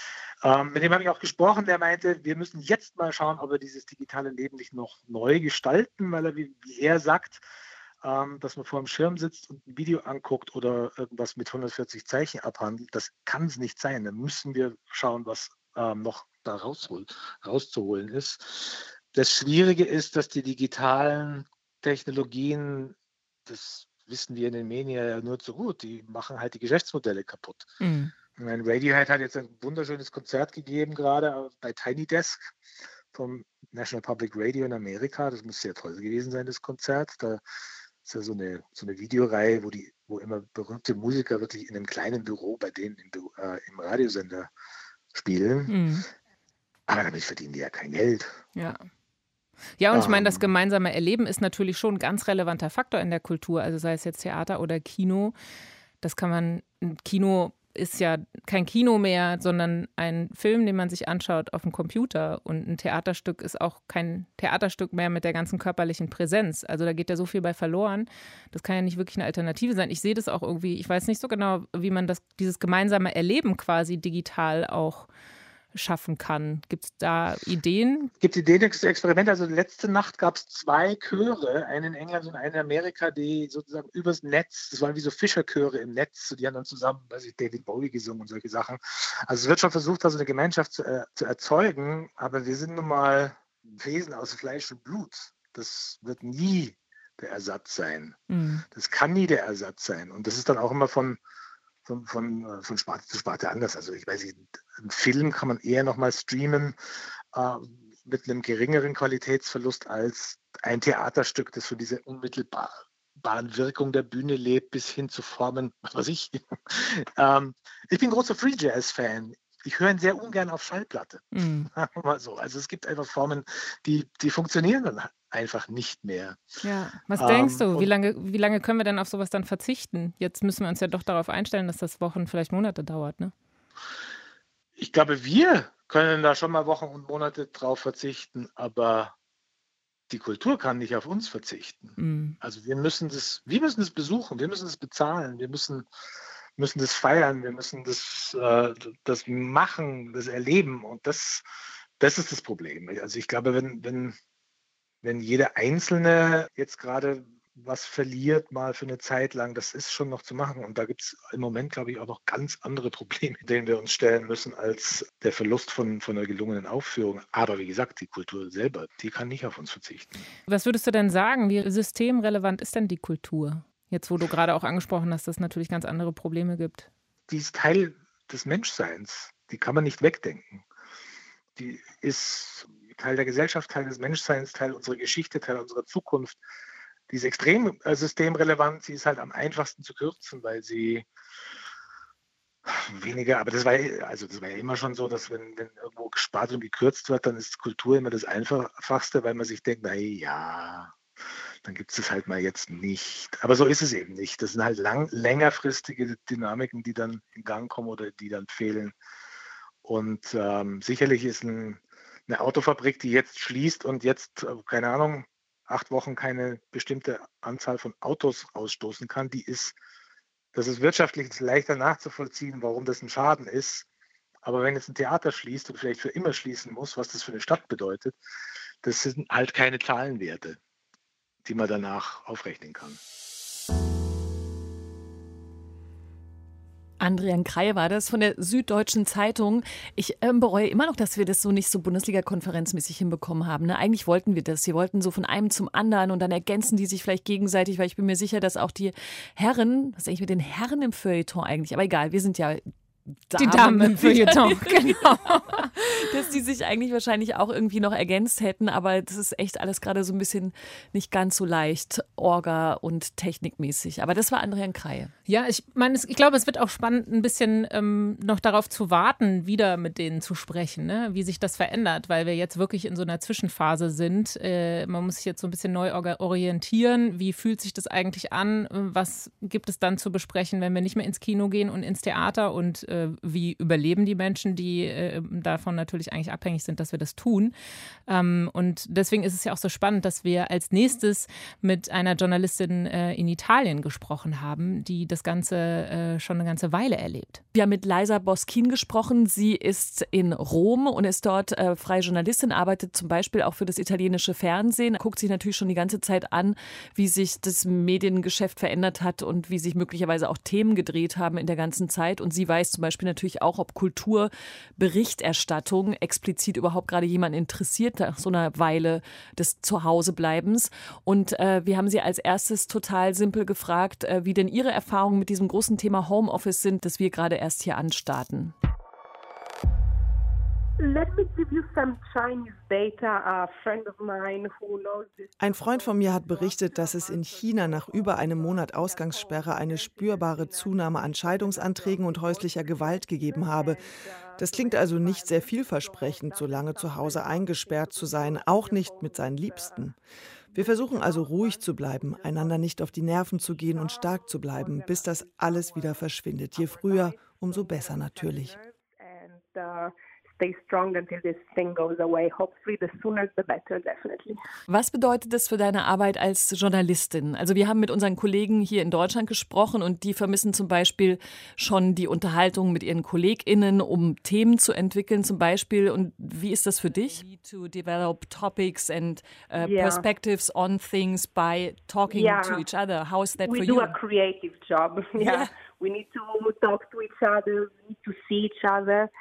[SPEAKER 8] Ähm, mit dem habe ich auch gesprochen, der meinte, wir müssen jetzt mal schauen, ob wir dieses digitale Leben nicht noch neu gestalten, weil er, wie, wie er sagt, ähm, dass man vor dem Schirm sitzt und ein Video anguckt oder irgendwas mit hundertvierzig Zeichen abhandelt. Das kann es nicht sein. Da müssen wir schauen, was ähm, noch da raushol- rauszuholen ist. Das Schwierige ist, dass die digitalen Technologien, das wissen wir in den Medien ja nur zu gut, die machen halt die Geschäftsmodelle kaputt. Mhm. Mein Radiohead hat jetzt ein wunderschönes Konzert gegeben, gerade bei Tiny Desk vom National Public Radio in Amerika. Das muss sehr toll gewesen sein, das Konzert. Da ist ja so eine, so eine Videoreihe, wo, die, wo immer berühmte Musiker wirklich in einem kleinen Büro bei denen im, Büro, äh, im Radiosender spielen. Mhm. Aber damit verdienen die ja kein Geld.
[SPEAKER 7] Ja. Ja, und ich meine, das gemeinsame Erleben ist natürlich schon ein ganz relevanter Faktor in der Kultur, also sei es jetzt Theater oder Kino. Das kann man, ein Kino ist ja kein Kino mehr, sondern ein Film, den man sich anschaut auf dem Computer. Und ein Theaterstück ist auch kein Theaterstück mehr mit der ganzen körperlichen Präsenz. Also da geht ja so viel bei verloren. Das kann ja nicht wirklich eine Alternative sein. Ich sehe das auch irgendwie, ich weiß nicht so genau, wie man das, dieses gemeinsame Erleben quasi digital auch schaffen kann. Gibt es da Ideen?
[SPEAKER 8] Es gibt Ideen, Experimente. Also letzte Nacht gab es zwei Chöre, einen in England und einen in Amerika, die sozusagen übers Netz, das waren wie so Fischerchöre im Netz, die haben dann zusammen, weiß ich, David Bowie gesungen und solche Sachen. Also es wird schon versucht, also eine Gemeinschaft zu, äh, zu erzeugen, aber wir sind nun mal Wesen aus Fleisch und Blut. Das wird nie der Ersatz sein. Mhm. Das kann nie der Ersatz sein. Und das ist dann auch immer von Von, von, von Sparte zu Sparte anders. Also ich weiß nicht, einen Film kann man eher nochmal streamen äh, mit einem geringeren Qualitätsverlust als ein Theaterstück, das von dieser unmittelbaren Wirkung der Bühne lebt, bis hin zu Formen, was weiß ich. ähm, ich bin großer Free Jazz-Fan. Ich höre ihn sehr ungern auf Schallplatte. Mm. so. Also es gibt einfach Formen, die, die funktionieren dann einfach nicht mehr.
[SPEAKER 7] Ja, was ähm, denkst du? Wie lange, wie lange können wir denn auf sowas dann verzichten? Jetzt müssen wir uns ja doch darauf einstellen, dass das Wochen, vielleicht Monate dauert, ne?
[SPEAKER 8] Ich glaube, wir können da schon mal Wochen und Monate drauf verzichten, aber die Kultur kann nicht auf uns verzichten. Mm. Also wir müssen das, wir müssen das besuchen, wir müssen das bezahlen, wir müssen müssen das feiern, wir müssen das, äh, das machen, das erleben und das, das ist das Problem. Also ich glaube, wenn, wenn, wenn jeder Einzelne jetzt gerade was verliert mal für eine Zeit lang, das ist schon noch zu machen. Und da gibt es im Moment, glaube ich, auch noch ganz andere Probleme, denen wir uns stellen müssen, als der Verlust von, von einer gelungenen Aufführung. Aber wie gesagt, die Kultur selber, die kann nicht auf uns verzichten.
[SPEAKER 7] Was würdest du denn sagen, wie systemrelevant ist denn die Kultur? Jetzt, wo du gerade auch angesprochen hast, dass es natürlich ganz andere Probleme gibt.
[SPEAKER 8] Die ist Teil des Menschseins. Die kann man nicht wegdenken. Die ist Teil der Gesellschaft, Teil des Menschseins, Teil unserer Geschichte, Teil unserer Zukunft. Die ist extrem äh, systemrelevant. Sie ist halt am einfachsten zu kürzen, weil sie weniger, aber das war, also das war ja immer schon so, dass wenn, wenn irgendwo gespart und gekürzt wird, dann ist Kultur immer das Einfachste, weil man sich denkt, na ja, dann gibt es das halt mal jetzt nicht. Aber so ist es eben nicht. Das sind halt lang, längerfristige Dynamiken, die dann in Gang kommen oder die dann fehlen. Und ähm, sicherlich ist ein, eine Autofabrik, die jetzt schließt und jetzt, keine Ahnung, acht Wochen keine bestimmte Anzahl von Autos ausstoßen kann, die ist, das ist wirtschaftlich leichter nachzuvollziehen, warum das ein Schaden ist. Aber wenn jetzt ein Theater schließt und vielleicht für immer schließen muss, was das für eine Stadt bedeutet, das sind halt keine Zahlenwerte, die man danach aufrechnen kann.
[SPEAKER 6] Adrian Kreie war das von der Süddeutschen Zeitung. Ich ähm, bereue immer noch, dass wir das so nicht so Bundesliga-konferenzmäßig hinbekommen haben. Ne? Eigentlich wollten wir das. Wir wollten so von einem zum anderen und dann ergänzen die sich vielleicht gegenseitig, weil ich bin mir sicher, dass auch die Herren, was ist eigentlich mit den Herren im Feuilleton eigentlich? Aber egal, wir sind ja Damen.
[SPEAKER 7] Die Damen im Feuilleton, genau.
[SPEAKER 6] Dass die sich eigentlich wahrscheinlich auch irgendwie noch ergänzt hätten, aber das ist echt alles gerade so ein bisschen nicht ganz so leicht, orga- und technikmäßig. Aber das war Adrian Kreie.
[SPEAKER 7] Ja, ich meine, ich glaube, es wird auch spannend, ein bisschen ähm, noch darauf zu warten, wieder mit denen zu sprechen, ne? Wie sich das verändert, weil wir jetzt wirklich in so einer Zwischenphase sind. Äh, man muss sich jetzt so ein bisschen neu orientieren. Wie fühlt sich das eigentlich an? Was gibt es dann zu besprechen, wenn wir nicht mehr ins Kino gehen und ins Theater? Und äh, wie überleben die Menschen, die äh, davon natürlich eigentlich abhängig sind, dass wir das tun? Ähm, und deswegen ist es ja auch so spannend, dass wir als nächstes mit einer Journalistin äh, in Italien gesprochen haben, die das Ganze äh, schon eine ganze Weile erlebt.
[SPEAKER 6] Wir haben mit Leisa Boschin gesprochen. Sie ist in Rom und ist dort äh, freie Journalistin, arbeitet zum Beispiel auch für das italienische Fernsehen, guckt sich natürlich schon die ganze Zeit an, wie sich das Mediengeschäft verändert hat und wie sich möglicherweise auch Themen gedreht haben in der ganzen Zeit. Und sie weiß zum Beispiel natürlich auch, ob Kulturberichterstattung explizit überhaupt gerade jemanden interessiert nach so einer Weile des Zuhausebleibens. Und äh, wir haben sie als erstes total simpel gefragt, äh, wie denn ihre Erfahrungen mit diesem großen Thema Homeoffice sind, das wir gerade erst hier anstarten.
[SPEAKER 9] Ein Freund von mir hat berichtet, dass es in China nach über einem Monat Ausgangssperre eine spürbare Zunahme an Scheidungsanträgen und häuslicher Gewalt gegeben habe. Das klingt also nicht sehr vielversprechend, so lange zu Hause eingesperrt zu sein, auch nicht mit seinen Liebsten. Wir versuchen also ruhig zu bleiben, einander nicht auf die Nerven zu gehen und stark zu bleiben, bis das alles wieder verschwindet. Je früher, umso besser natürlich.
[SPEAKER 6] Was bedeutet das für deine Arbeit als Journalistin? Also wir haben mit unseren Kollegen hier in Deutschland gesprochen und die vermissen zum Beispiel schon die Unterhaltung mit ihren KollegInnen, um Themen zu entwickeln zum Beispiel. Und wie ist das für dich? To develop topics and uh, yeah. perspectives on things by talking yeah. to each other. How is that
[SPEAKER 4] we
[SPEAKER 6] for
[SPEAKER 4] you?
[SPEAKER 6] you?
[SPEAKER 4] We do a creative job. Yeah. yeah. We need to talk to each other, we need to see each other.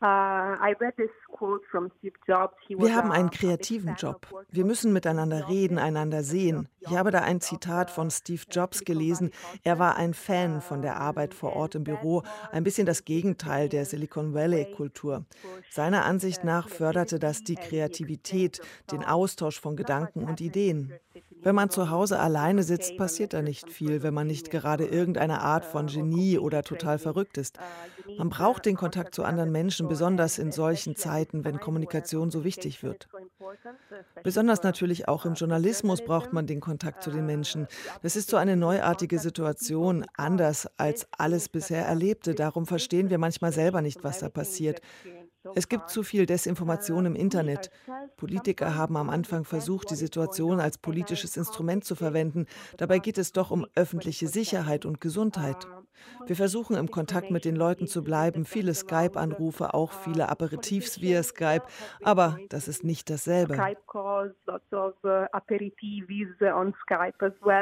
[SPEAKER 9] Wir haben einen kreativen Job. Wir müssen miteinander reden, einander sehen. Ich habe da ein Zitat von Steve Jobs gelesen. Er war ein Fan von der Arbeit vor Ort im Büro, ein bisschen das Gegenteil der Silicon Valley-Kultur. Seiner Ansicht nach förderte das die Kreativität, den Austausch von Gedanken und Ideen. Wenn man zu Hause alleine sitzt, passiert da nicht viel, wenn man nicht gerade irgendeine Art von Genie oder total verrückt ist. Man braucht den Kontakt zu anderen Menschen, besonders in solchen Zeiten, wenn Kommunikation so wichtig wird. Besonders natürlich auch im Journalismus braucht man den Kontakt zu den Menschen. Das ist so eine neuartige Situation, anders als alles bisher Erlebte. Darum verstehen wir manchmal selber nicht, was da passiert. Es gibt zu viel Desinformation im Internet. Politiker haben am Anfang versucht, die Situation als politisches Instrument zu verwenden. Dabei geht es doch um öffentliche Sicherheit und Gesundheit. Wir versuchen, im Kontakt mit den Leuten zu bleiben. Viele Skype-Anrufe, auch viele Aperitifs via Skype. Aber das ist nicht dasselbe.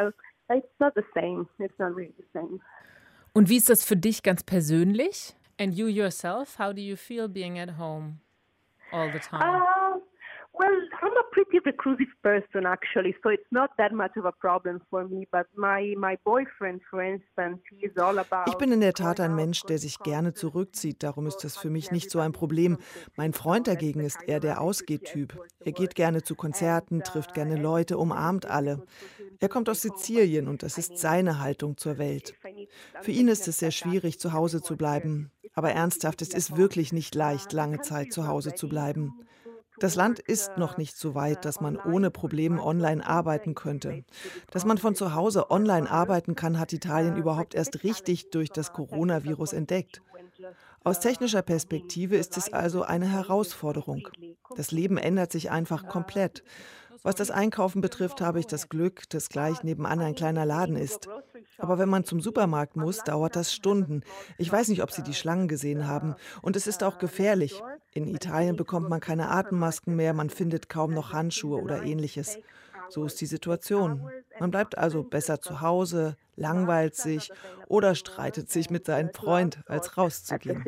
[SPEAKER 4] It's not the same. It's not really the same.
[SPEAKER 7] Und wie ist das für dich ganz persönlich? And you yourself, how do you feel being at home all the time?
[SPEAKER 4] Uh, well, I'm a pretty reclusive person, actually, so it's not that much of a problem for me. But my, my boyfriend, for instance, he is all about...
[SPEAKER 9] Ich bin in der Tat ein Mensch, der sich gerne zurückzieht. Darum ist das für mich nicht so ein Problem. Mein Freund dagegen ist eher der Ausgehtyp. Er geht gerne zu Konzerten, trifft gerne Leute, umarmt alle. Er kommt aus Sizilien und das ist seine Haltung zur Welt. Für ihn ist es sehr schwierig, zu Hause zu bleiben. Aber ernsthaft, es ist wirklich nicht leicht, lange Zeit zu Hause zu bleiben. Das Land ist noch nicht so weit, dass man ohne Probleme online arbeiten könnte. Dass man von zu Hause online arbeiten kann, hat Italien überhaupt erst richtig durch das Coronavirus entdeckt. Aus technischer Perspektive ist es also eine Herausforderung. Das Leben ändert sich einfach komplett. Was das Einkaufen betrifft, habe ich das Glück, dass gleich nebenan ein kleiner Laden ist. Aber wenn man zum Supermarkt muss, dauert das Stunden. Ich weiß nicht, ob Sie die Schlangen gesehen haben. Und es ist auch gefährlich. In Italien bekommt man keine Atemmasken mehr, man findet kaum noch Handschuhe oder Ähnliches. So ist die Situation. Man bleibt also besser zu Hause, langweilt sich oder streitet sich mit seinem Freund, als rauszugehen.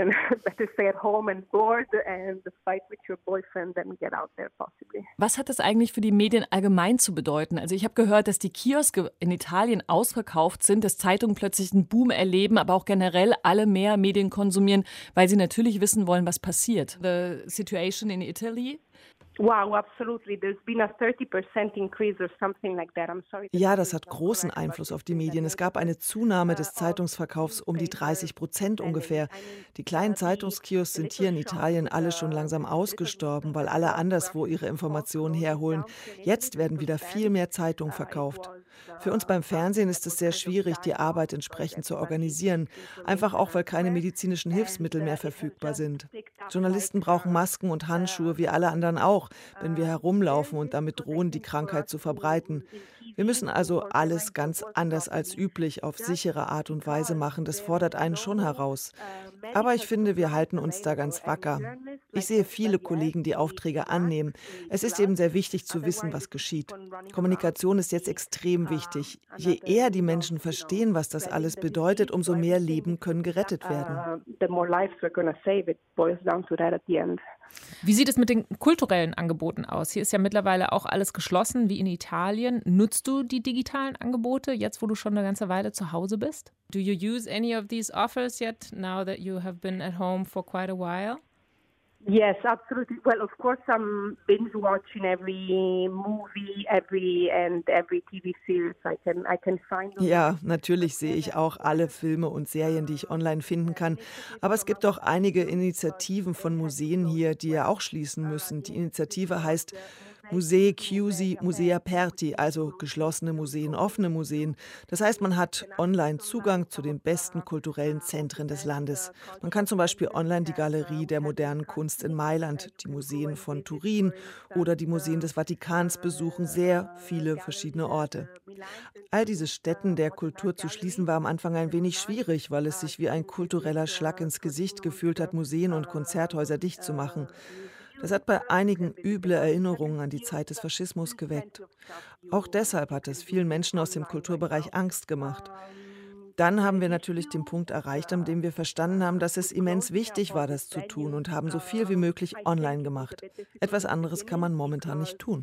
[SPEAKER 6] Was hat das eigentlich für die Medien allgemein zu bedeuten? Also ich habe gehört, dass die Kioske in Italien ausverkauft sind, dass Zeitungen plötzlich einen Boom erleben, aber auch generell alle mehr Medien konsumieren, weil sie natürlich wissen wollen, was passiert. The situation in Italy?
[SPEAKER 4] Wow, absolutely. There's been a thirty percent increase or something like that. I'm sorry.
[SPEAKER 9] Ja, das hat großen Einfluss auf die Medien. Es gab eine Zunahme des Zeitungsverkaufs um die dreißig Prozent ungefähr. Die kleinen Zeitungskiosks sind hier in Italien alle schon langsam ausgestorben, weil alle anderswo ihre Informationen herholen. Jetzt werden wieder viel mehr Zeitungen verkauft. Für uns beim Fernsehen ist es sehr schwierig, die Arbeit entsprechend zu organisieren. Einfach auch, weil keine medizinischen Hilfsmittel mehr verfügbar sind. Journalisten brauchen Masken und Handschuhe, wie alle anderen auch, wenn wir herumlaufen und damit drohen, die Krankheit zu verbreiten. Wir müssen also alles ganz anders als üblich auf sichere Art und Weise machen. Das fordert einen schon heraus. Aber ich finde, wir halten uns da ganz wacker. Ich sehe viele Kollegen, die Aufträge annehmen. Es ist eben sehr wichtig zu wissen, was geschieht. Kommunikation ist jetzt extrem wichtig. Je eher die Menschen verstehen, was das alles bedeutet, umso mehr Leben können gerettet werden.
[SPEAKER 7] Wie sieht es mit den kulturellen Angeboten aus? Hier ist ja mittlerweile auch alles geschlossen, wie in Italien. Nutzt du die digitalen Angebote, jetzt wo du schon eine ganze Weile zu Hause bist? Do you use any of these offers yet, now that you have been at home for quite a while?
[SPEAKER 4] Yes, absolutely. Well, of course, I'm binge watching every movie, every and every T V series I can I can find.
[SPEAKER 9] Ja, natürlich sehe ich auch alle Filme und Serien, die ich online finden kann. Aber es gibt auch einige Initiativen von Museen hier, die ja auch schließen müssen. Die Initiative heißt Musei Chiusi, Musei Aperti, also geschlossene Museen, offene Museen. Das heißt, man hat online Zugang zu den besten kulturellen Zentren des Landes. Man kann zum Beispiel online die Galerie der modernen Kunst in Mailand, die Museen von Turin oder die Museen des Vatikans besuchen, sehr viele verschiedene Orte. All diese Stätten der Kultur zu schließen war am Anfang ein wenig schwierig, weil es sich wie ein kultureller Schlag ins Gesicht gefühlt hat, Museen und Konzerthäuser dicht zu machen. Das hat bei einigen üble Erinnerungen an die Zeit des Faschismus geweckt. Auch deshalb hat es vielen Menschen aus dem Kulturbereich Angst gemacht. Dann haben wir natürlich den Punkt erreicht, an dem wir verstanden haben, dass es immens wichtig war, das zu tun und haben so viel wie möglich online gemacht. Etwas anderes kann man momentan nicht tun.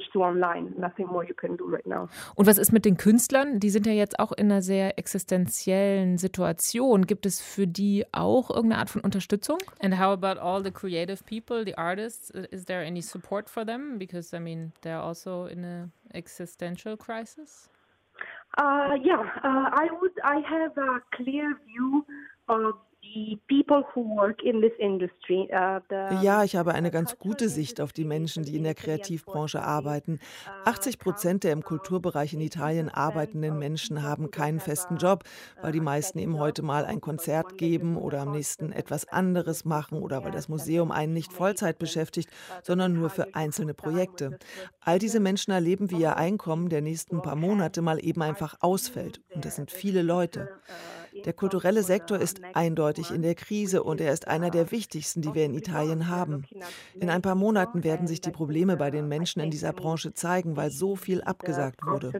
[SPEAKER 7] Und was ist mit den Künstlern? Die sind ja jetzt auch in einer sehr existenziellen Situation. Gibt es für die auch irgendeine Art von Unterstützung? And how about all the creative people, the artists? Is there any support for them? Because, I mean, they're also in an existential crisis.
[SPEAKER 4] Uh, yeah, uh, I would. I have a clear view of the people who work in this industry. Uh, the
[SPEAKER 9] ja, ich habe eine ganz gute Sicht auf die Menschen, die in der Kreativbranche arbeiten. achtzig Prozent der im Kulturbereich in Italien arbeitenden Menschen haben keinen festen Job, weil die meisten eben heute mal ein Konzert geben oder am nächsten etwas anderes machen oder weil das Museum einen nicht Vollzeit beschäftigt, sondern nur für einzelne Projekte. All diese Menschen erleben, wie ihr Einkommen der nächsten paar Monate mal eben einfach ausfällt. Und das sind viele Leute. Der kulturelle Sektor ist eindeutig in der Krise und er ist einer der wichtigsten, die wir in Italien haben. In ein paar Monaten werden sich die Probleme bei den Menschen in dieser Branche zeigen, weil so viel abgesagt wurde.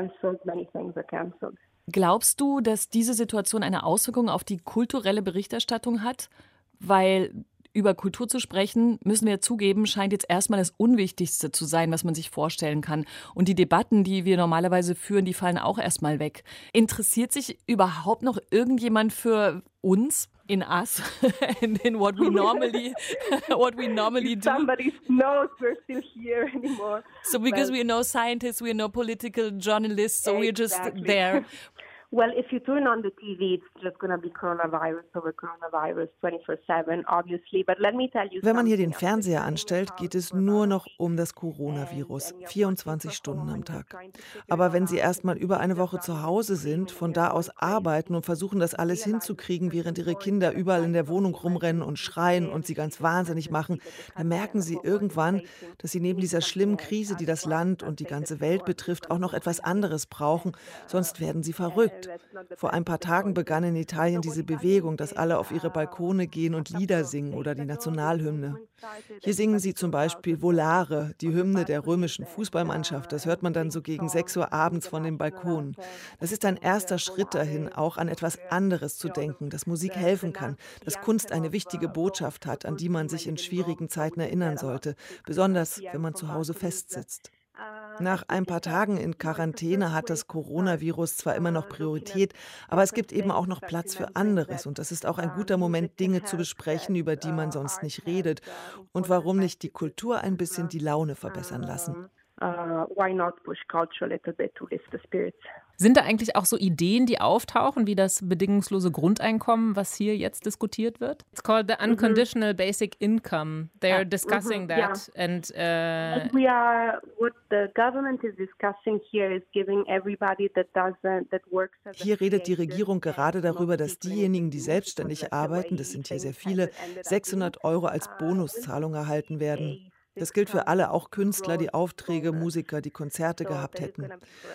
[SPEAKER 6] Glaubst du, dass diese Situation eine Auswirkung auf die kulturelle Berichterstattung hat? Weil über Kultur zu sprechen, müssen wir zugeben, scheint jetzt erstmal das Unwichtigste zu sein, was man sich vorstellen kann. Und die Debatten, die wir normalerweise führen, die fallen auch erstmal weg. Interessiert sich überhaupt noch irgendjemand für uns? In us, and in what we normally, what we normally do.
[SPEAKER 4] Somebody knows we're still here anymore.
[SPEAKER 6] So because well, we're no scientists, we're no political journalists, so exactly. We're just there.
[SPEAKER 4] Well, if you turn on the T V, it's just going to be coronavirus over coronavirus twenty-four seven, obviously. But let me tell you.
[SPEAKER 9] Wenn man hier den Fernseher anstellt, geht es nur noch um das Coronavirus, vierundzwanzig Stunden am Tag. Aber wenn Sie erst mal über eine Woche zu Hause sind, von da aus arbeiten und versuchen, das alles hinzukriegen, während Ihre Kinder überall in der Wohnung rumrennen und schreien und Sie ganz wahnsinnig machen, dann merken Sie irgendwann, dass Sie neben dieser schlimmen Krise, die das Land und die ganze Welt betrifft, auch noch etwas anderes brauchen, sonst werden Sie verrückt. Vor ein paar Tagen begann in Italien diese Bewegung, dass alle auf ihre Balkone gehen und Lieder singen oder die Nationalhymne. Hier singen sie zum Beispiel Volare, die Hymne der römischen Fußballmannschaft. Das hört man dann so gegen sechs Uhr abends von den Balkonen. Das ist ein erster Schritt dahin, auch an etwas anderes zu denken, dass Musik helfen kann, dass Kunst eine wichtige Botschaft hat, an die man sich in schwierigen Zeiten erinnern sollte, besonders wenn man zu Hause festsitzt. Nach ein paar Tagen in Quarantäne hat das Coronavirus zwar immer noch Priorität, aber es gibt eben auch noch Platz für anderes. Und das ist auch ein guter Moment, Dinge zu besprechen, über die man sonst nicht redet. Und warum nicht die Kultur ein bisschen die Laune verbessern lassen?
[SPEAKER 4] Uh, why not push culture a little bit to lift the spirits?
[SPEAKER 7] Sind da eigentlich auch so Ideen, die auftauchen, wie das bedingungslose Grundeinkommen, was hier jetzt diskutiert wird? It's called the unconditional mm-hmm. basic income. They are discussing mm-hmm. that, yeah. and uh,
[SPEAKER 4] we are. What the government is discussing here is giving everybody that doesn't that works.
[SPEAKER 9] Hier redet die Regierung gerade darüber, dass diejenigen, die selbstständig arbeiten, das sind hier sehr viele, sechshundert Euro als Bonuszahlung erhalten werden. Das gilt für alle, auch Künstler, die Aufträge, Musiker, die Konzerte gehabt hätten.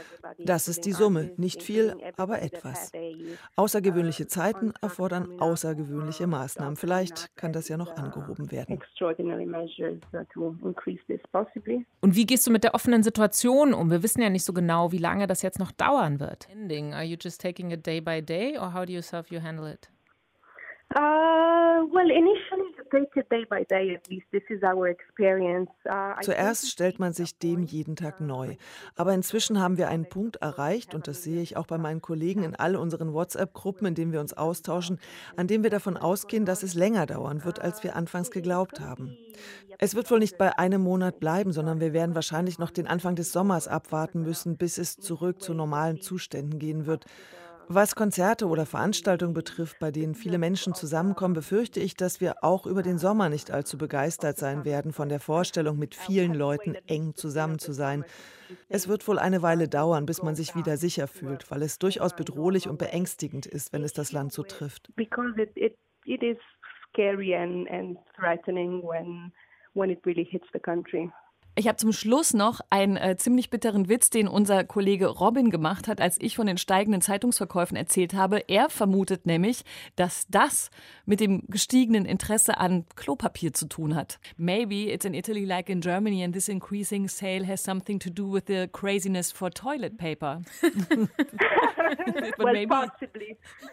[SPEAKER 9] Das ist die Summe. Nicht viel, aber etwas. Außergewöhnliche Zeiten erfordern außergewöhnliche Maßnahmen. Vielleicht kann das ja noch angehoben werden.
[SPEAKER 7] Und wie gehst du mit der offenen Situation um? Wir wissen ja nicht so genau, wie lange das jetzt noch dauern wird. Are you just taking it day by day, or how do you self you handle it?
[SPEAKER 4] Uh, well, initially you take it day by day, at least this is our experience. Uh,
[SPEAKER 9] Zuerst stellt man sich dem jeden Tag neu. Aber inzwischen haben wir einen Punkt erreicht, und das sehe ich auch bei meinen Kollegen in all unseren WhatsApp-Gruppen, in denen wir uns austauschen, an dem wir davon ausgehen, dass es länger dauern wird, als wir anfangs geglaubt haben. Es wird wohl nicht bei einem Monat bleiben, sondern wir werden wahrscheinlich noch den Anfang des Sommers abwarten müssen, bis es zurück zu normalen Zuständen gehen wird. Was Konzerte oder Veranstaltungen betrifft, bei denen viele Menschen zusammenkommen, befürchte ich, dass wir auch über den Sommer nicht allzu begeistert sein werden von der Vorstellung, mit vielen Leuten eng zusammen zu sein. Es wird wohl eine Weile dauern, bis man sich wieder sicher fühlt, weil es durchaus bedrohlich und beängstigend ist, wenn es das Land so trifft.
[SPEAKER 4] Because it, it, it is scary and, and threatening when, when it really hits the country.
[SPEAKER 6] Ich habe zum Schluss noch einen äh, ziemlich bitteren Witz, den unser Kollege Robin gemacht hat, als ich von den steigenden Zeitungsverkäufen erzählt habe. Er vermutet nämlich, dass das mit dem gestiegenen Interesse an Klopapier zu tun hat. Maybe it's in Italy like in Germany and this increasing sale has something to do with the craziness for toilet paper.
[SPEAKER 4] Well, maybe. Possibly.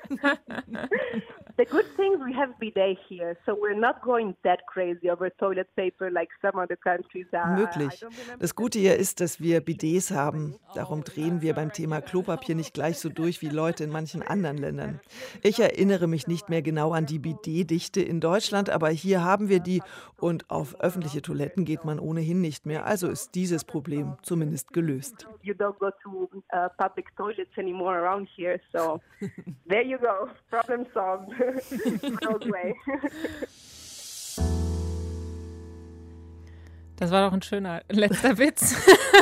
[SPEAKER 4] The good thing we have bidet here, so we're not going that crazy over toilet paper like some other countries are.
[SPEAKER 9] Möglich. Das Gute hier ist, dass wir Bidets haben. Darum drehen wir beim Thema Klopapier nicht gleich so durch wie Leute in manchen anderen Ländern. Ich erinnere mich nicht mehr genau an die Bidetdichte in Deutschland, aber hier haben wir die und auf öffentliche Toiletten geht man ohnehin nicht mehr. Also ist dieses Problem zumindest gelöst.
[SPEAKER 4] You don't go to uh, public toilets anymore around here, so there you go. Problem solved.
[SPEAKER 7] Das war doch ein schöner letzter Witz.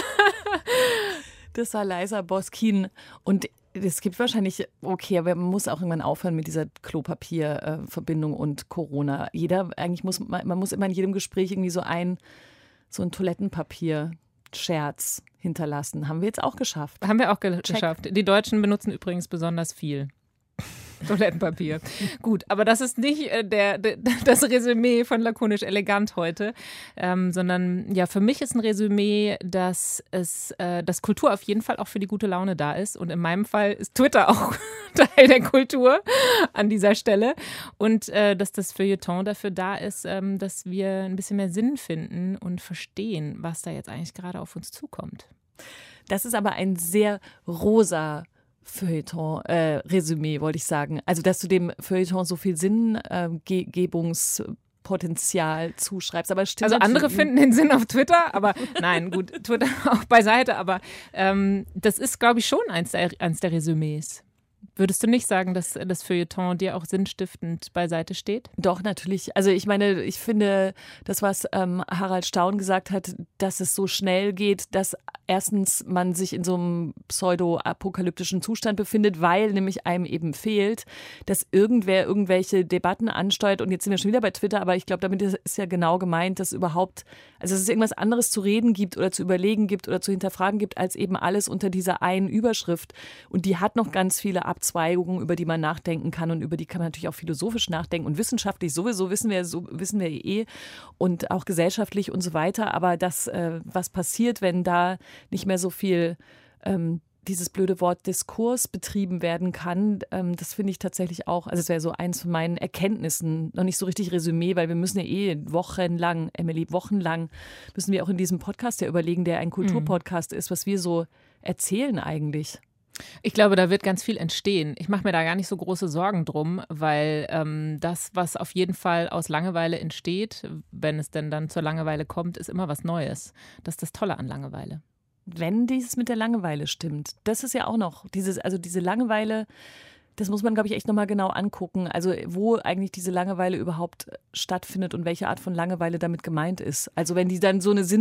[SPEAKER 6] Das war Liza Boskin. Und es gibt wahrscheinlich, okay, aber man muss auch irgendwann aufhören mit dieser Klopapierverbindung und Corona. Jeder, eigentlich muss, man muss immer in jedem Gespräch irgendwie so ein, so ein Toilettenpapier-Scherz hinterlassen. Haben wir jetzt auch geschafft.
[SPEAKER 7] Haben wir auch ge- geschafft. Die Deutschen benutzen übrigens besonders viel. Toilettenpapier. Gut, aber das ist nicht äh, der, der, das Resümee von Lakonisch Elegant heute, ähm, sondern ja, für mich ist ein Resümee, dass es, äh, dass Kultur auf jeden Fall auch für die gute Laune da ist. Und in meinem Fall ist Twitter auch Teil der Kultur an dieser Stelle. Und äh, dass das Feuilleton dafür da ist, ähm, dass wir ein bisschen mehr Sinn finden und verstehen, was da jetzt eigentlich gerade auf uns zukommt.
[SPEAKER 6] Das ist aber ein sehr rosa Feuilleton-Resümee, äh, wollte ich sagen. Also, dass du dem Feuilleton so viel Sinngebungspotenzial äh, zuschreibst. Aber stimmt
[SPEAKER 7] also andere finden den Sinn auf Twitter, aber nein, gut, Twitter auch beiseite. Aber ähm, das ist, glaube ich, schon eins der, eins der Resümees. Würdest du nicht sagen, dass das Feuilleton dir auch sinnstiftend beiseite steht?
[SPEAKER 6] Doch, natürlich. Also ich meine, ich finde, das, was ähm, Harald Staun gesagt hat, dass es so schnell geht, dass erstens man sich in so einem pseudo-apokalyptischen Zustand befindet, weil nämlich einem eben fehlt, dass irgendwer irgendwelche Debatten ansteuert. Und jetzt sind wir schon wieder bei Twitter, aber ich glaube, damit ist ja genau gemeint, dass überhaupt, also dass es irgendwas anderes zu reden gibt oder zu überlegen gibt oder zu hinterfragen gibt, als eben alles unter dieser einen Überschrift. Und die hat noch ganz viele Abzweigungen, über die man nachdenken kann und über die kann man natürlich auch philosophisch nachdenken und wissenschaftlich sowieso, wissen wir, so wissen wir eh und auch gesellschaftlich und so weiter. Aber das, äh, was passiert, wenn da nicht mehr so viel ähm, dieses blöde Wort Diskurs betrieben werden kann, ähm, das finde ich tatsächlich auch, also es wäre so eins von meinen Erkenntnissen, noch nicht so richtig Resümee, weil wir müssen ja eh wochenlang, Emily, wochenlang müssen wir auch in diesem Podcast ja überlegen, der ein Kulturpodcast mhm. ist, was wir so erzählen eigentlich.
[SPEAKER 7] Ich glaube, da wird ganz viel entstehen. Ich mache mir da gar nicht so große Sorgen drum, weil ähm, das, was auf jeden Fall aus Langeweile entsteht, wenn es denn dann zur Langeweile kommt, ist immer was Neues. Das ist das Tolle an Langeweile.
[SPEAKER 6] Wenn dieses mit der Langeweile stimmt, das ist ja auch noch, dieses, also diese Langeweile, das muss man, glaube ich, echt nochmal genau angucken. Also wo eigentlich diese Langeweile überhaupt stattfindet und welche Art von Langeweile damit gemeint ist. Also wenn die dann so eine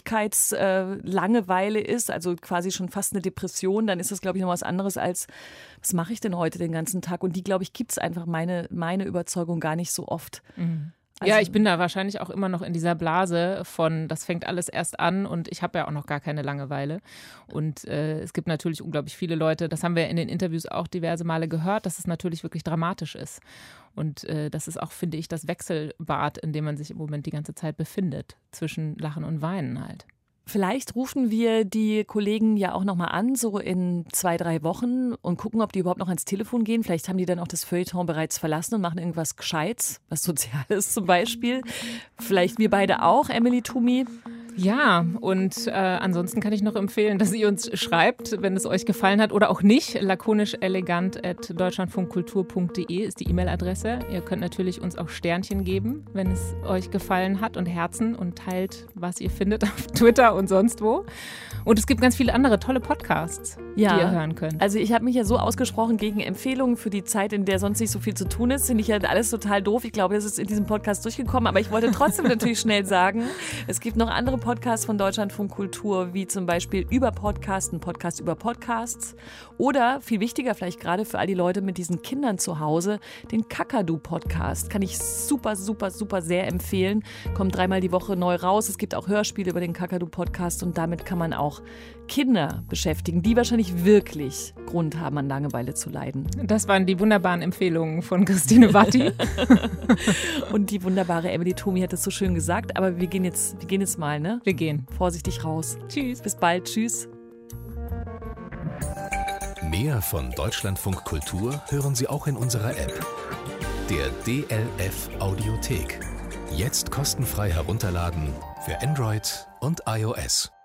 [SPEAKER 6] Sinnlosigkeitslangeweile äh, ist, also quasi schon fast eine Depression, dann ist das, glaube ich, noch was anderes als, was mache ich denn heute den ganzen Tag? Und die, glaube ich, gibt es einfach meine, meine Überzeugung gar nicht so oft.
[SPEAKER 7] Mhm. Also ja, ich bin da wahrscheinlich auch immer noch in dieser Blase von, das fängt alles erst an und ich habe ja auch noch gar keine Langeweile. Und äh, es gibt natürlich unglaublich viele Leute, das haben wir in den Interviews auch diverse Male gehört, dass es natürlich wirklich dramatisch ist. Und äh, das ist auch, finde ich, das Wechselbad, in dem man sich im Moment die ganze Zeit befindet, zwischen Lachen und Weinen halt.
[SPEAKER 6] Vielleicht rufen wir die Kollegen ja auch nochmal an, so in zwei, drei Wochen und gucken, ob die überhaupt noch ans Telefon gehen. Vielleicht haben die dann auch das Feuilleton bereits verlassen und machen irgendwas Gescheites, was Soziales zum Beispiel. Vielleicht wir beide auch, Emily Tumi.
[SPEAKER 7] Ja, und äh, ansonsten kann ich noch empfehlen, dass ihr uns schreibt, wenn es euch gefallen hat oder auch nicht. lakonisch elegant at deutschlandfunkkultur punkt de ist die E-Mail-Adresse. Ihr könnt natürlich uns auch Sternchen geben, wenn es euch gefallen hat und Herzen und teilt, was ihr findet auf Twitter und sonst wo. Und es gibt ganz viele andere tolle Podcasts, ja, die ihr hören könnt.
[SPEAKER 6] Also ich habe mich ja so ausgesprochen gegen Empfehlungen für die Zeit, in der sonst nicht so viel zu tun ist. Finde ich ja alles total doof. Ich glaube, das ist in diesem Podcast durchgekommen. Aber ich wollte trotzdem natürlich schnell sagen, es gibt noch andere Podcasts von Deutschlandfunk Kultur, wie zum Beispiel über Podcasts, ein Podcast über Podcasts. Oder, viel wichtiger vielleicht gerade für all die Leute mit diesen Kindern zu Hause, den Kakadu-Podcast. Kann ich super, super, super sehr empfehlen. Kommt dreimal die Woche neu raus. Es gibt auch Hörspiele über den Kakadu-Podcast und damit kann man auch Kinder beschäftigen, die wahrscheinlich wirklich Grund haben, an Langeweile zu leiden.
[SPEAKER 7] Das waren die wunderbaren Empfehlungen von Christine Watti.
[SPEAKER 6] Und die wunderbare Emily Tumi hat das so schön gesagt, aber wir gehen jetzt, wir gehen jetzt mal, ne?
[SPEAKER 7] Wir gehen.
[SPEAKER 6] Vorsichtig raus.
[SPEAKER 7] Tschüss.
[SPEAKER 6] Bis bald. Tschüss.
[SPEAKER 5] Mehr von Deutschlandfunk Kultur hören Sie auch in unserer App, der D L F Audiothek. Jetzt kostenfrei herunterladen für Android und iOS.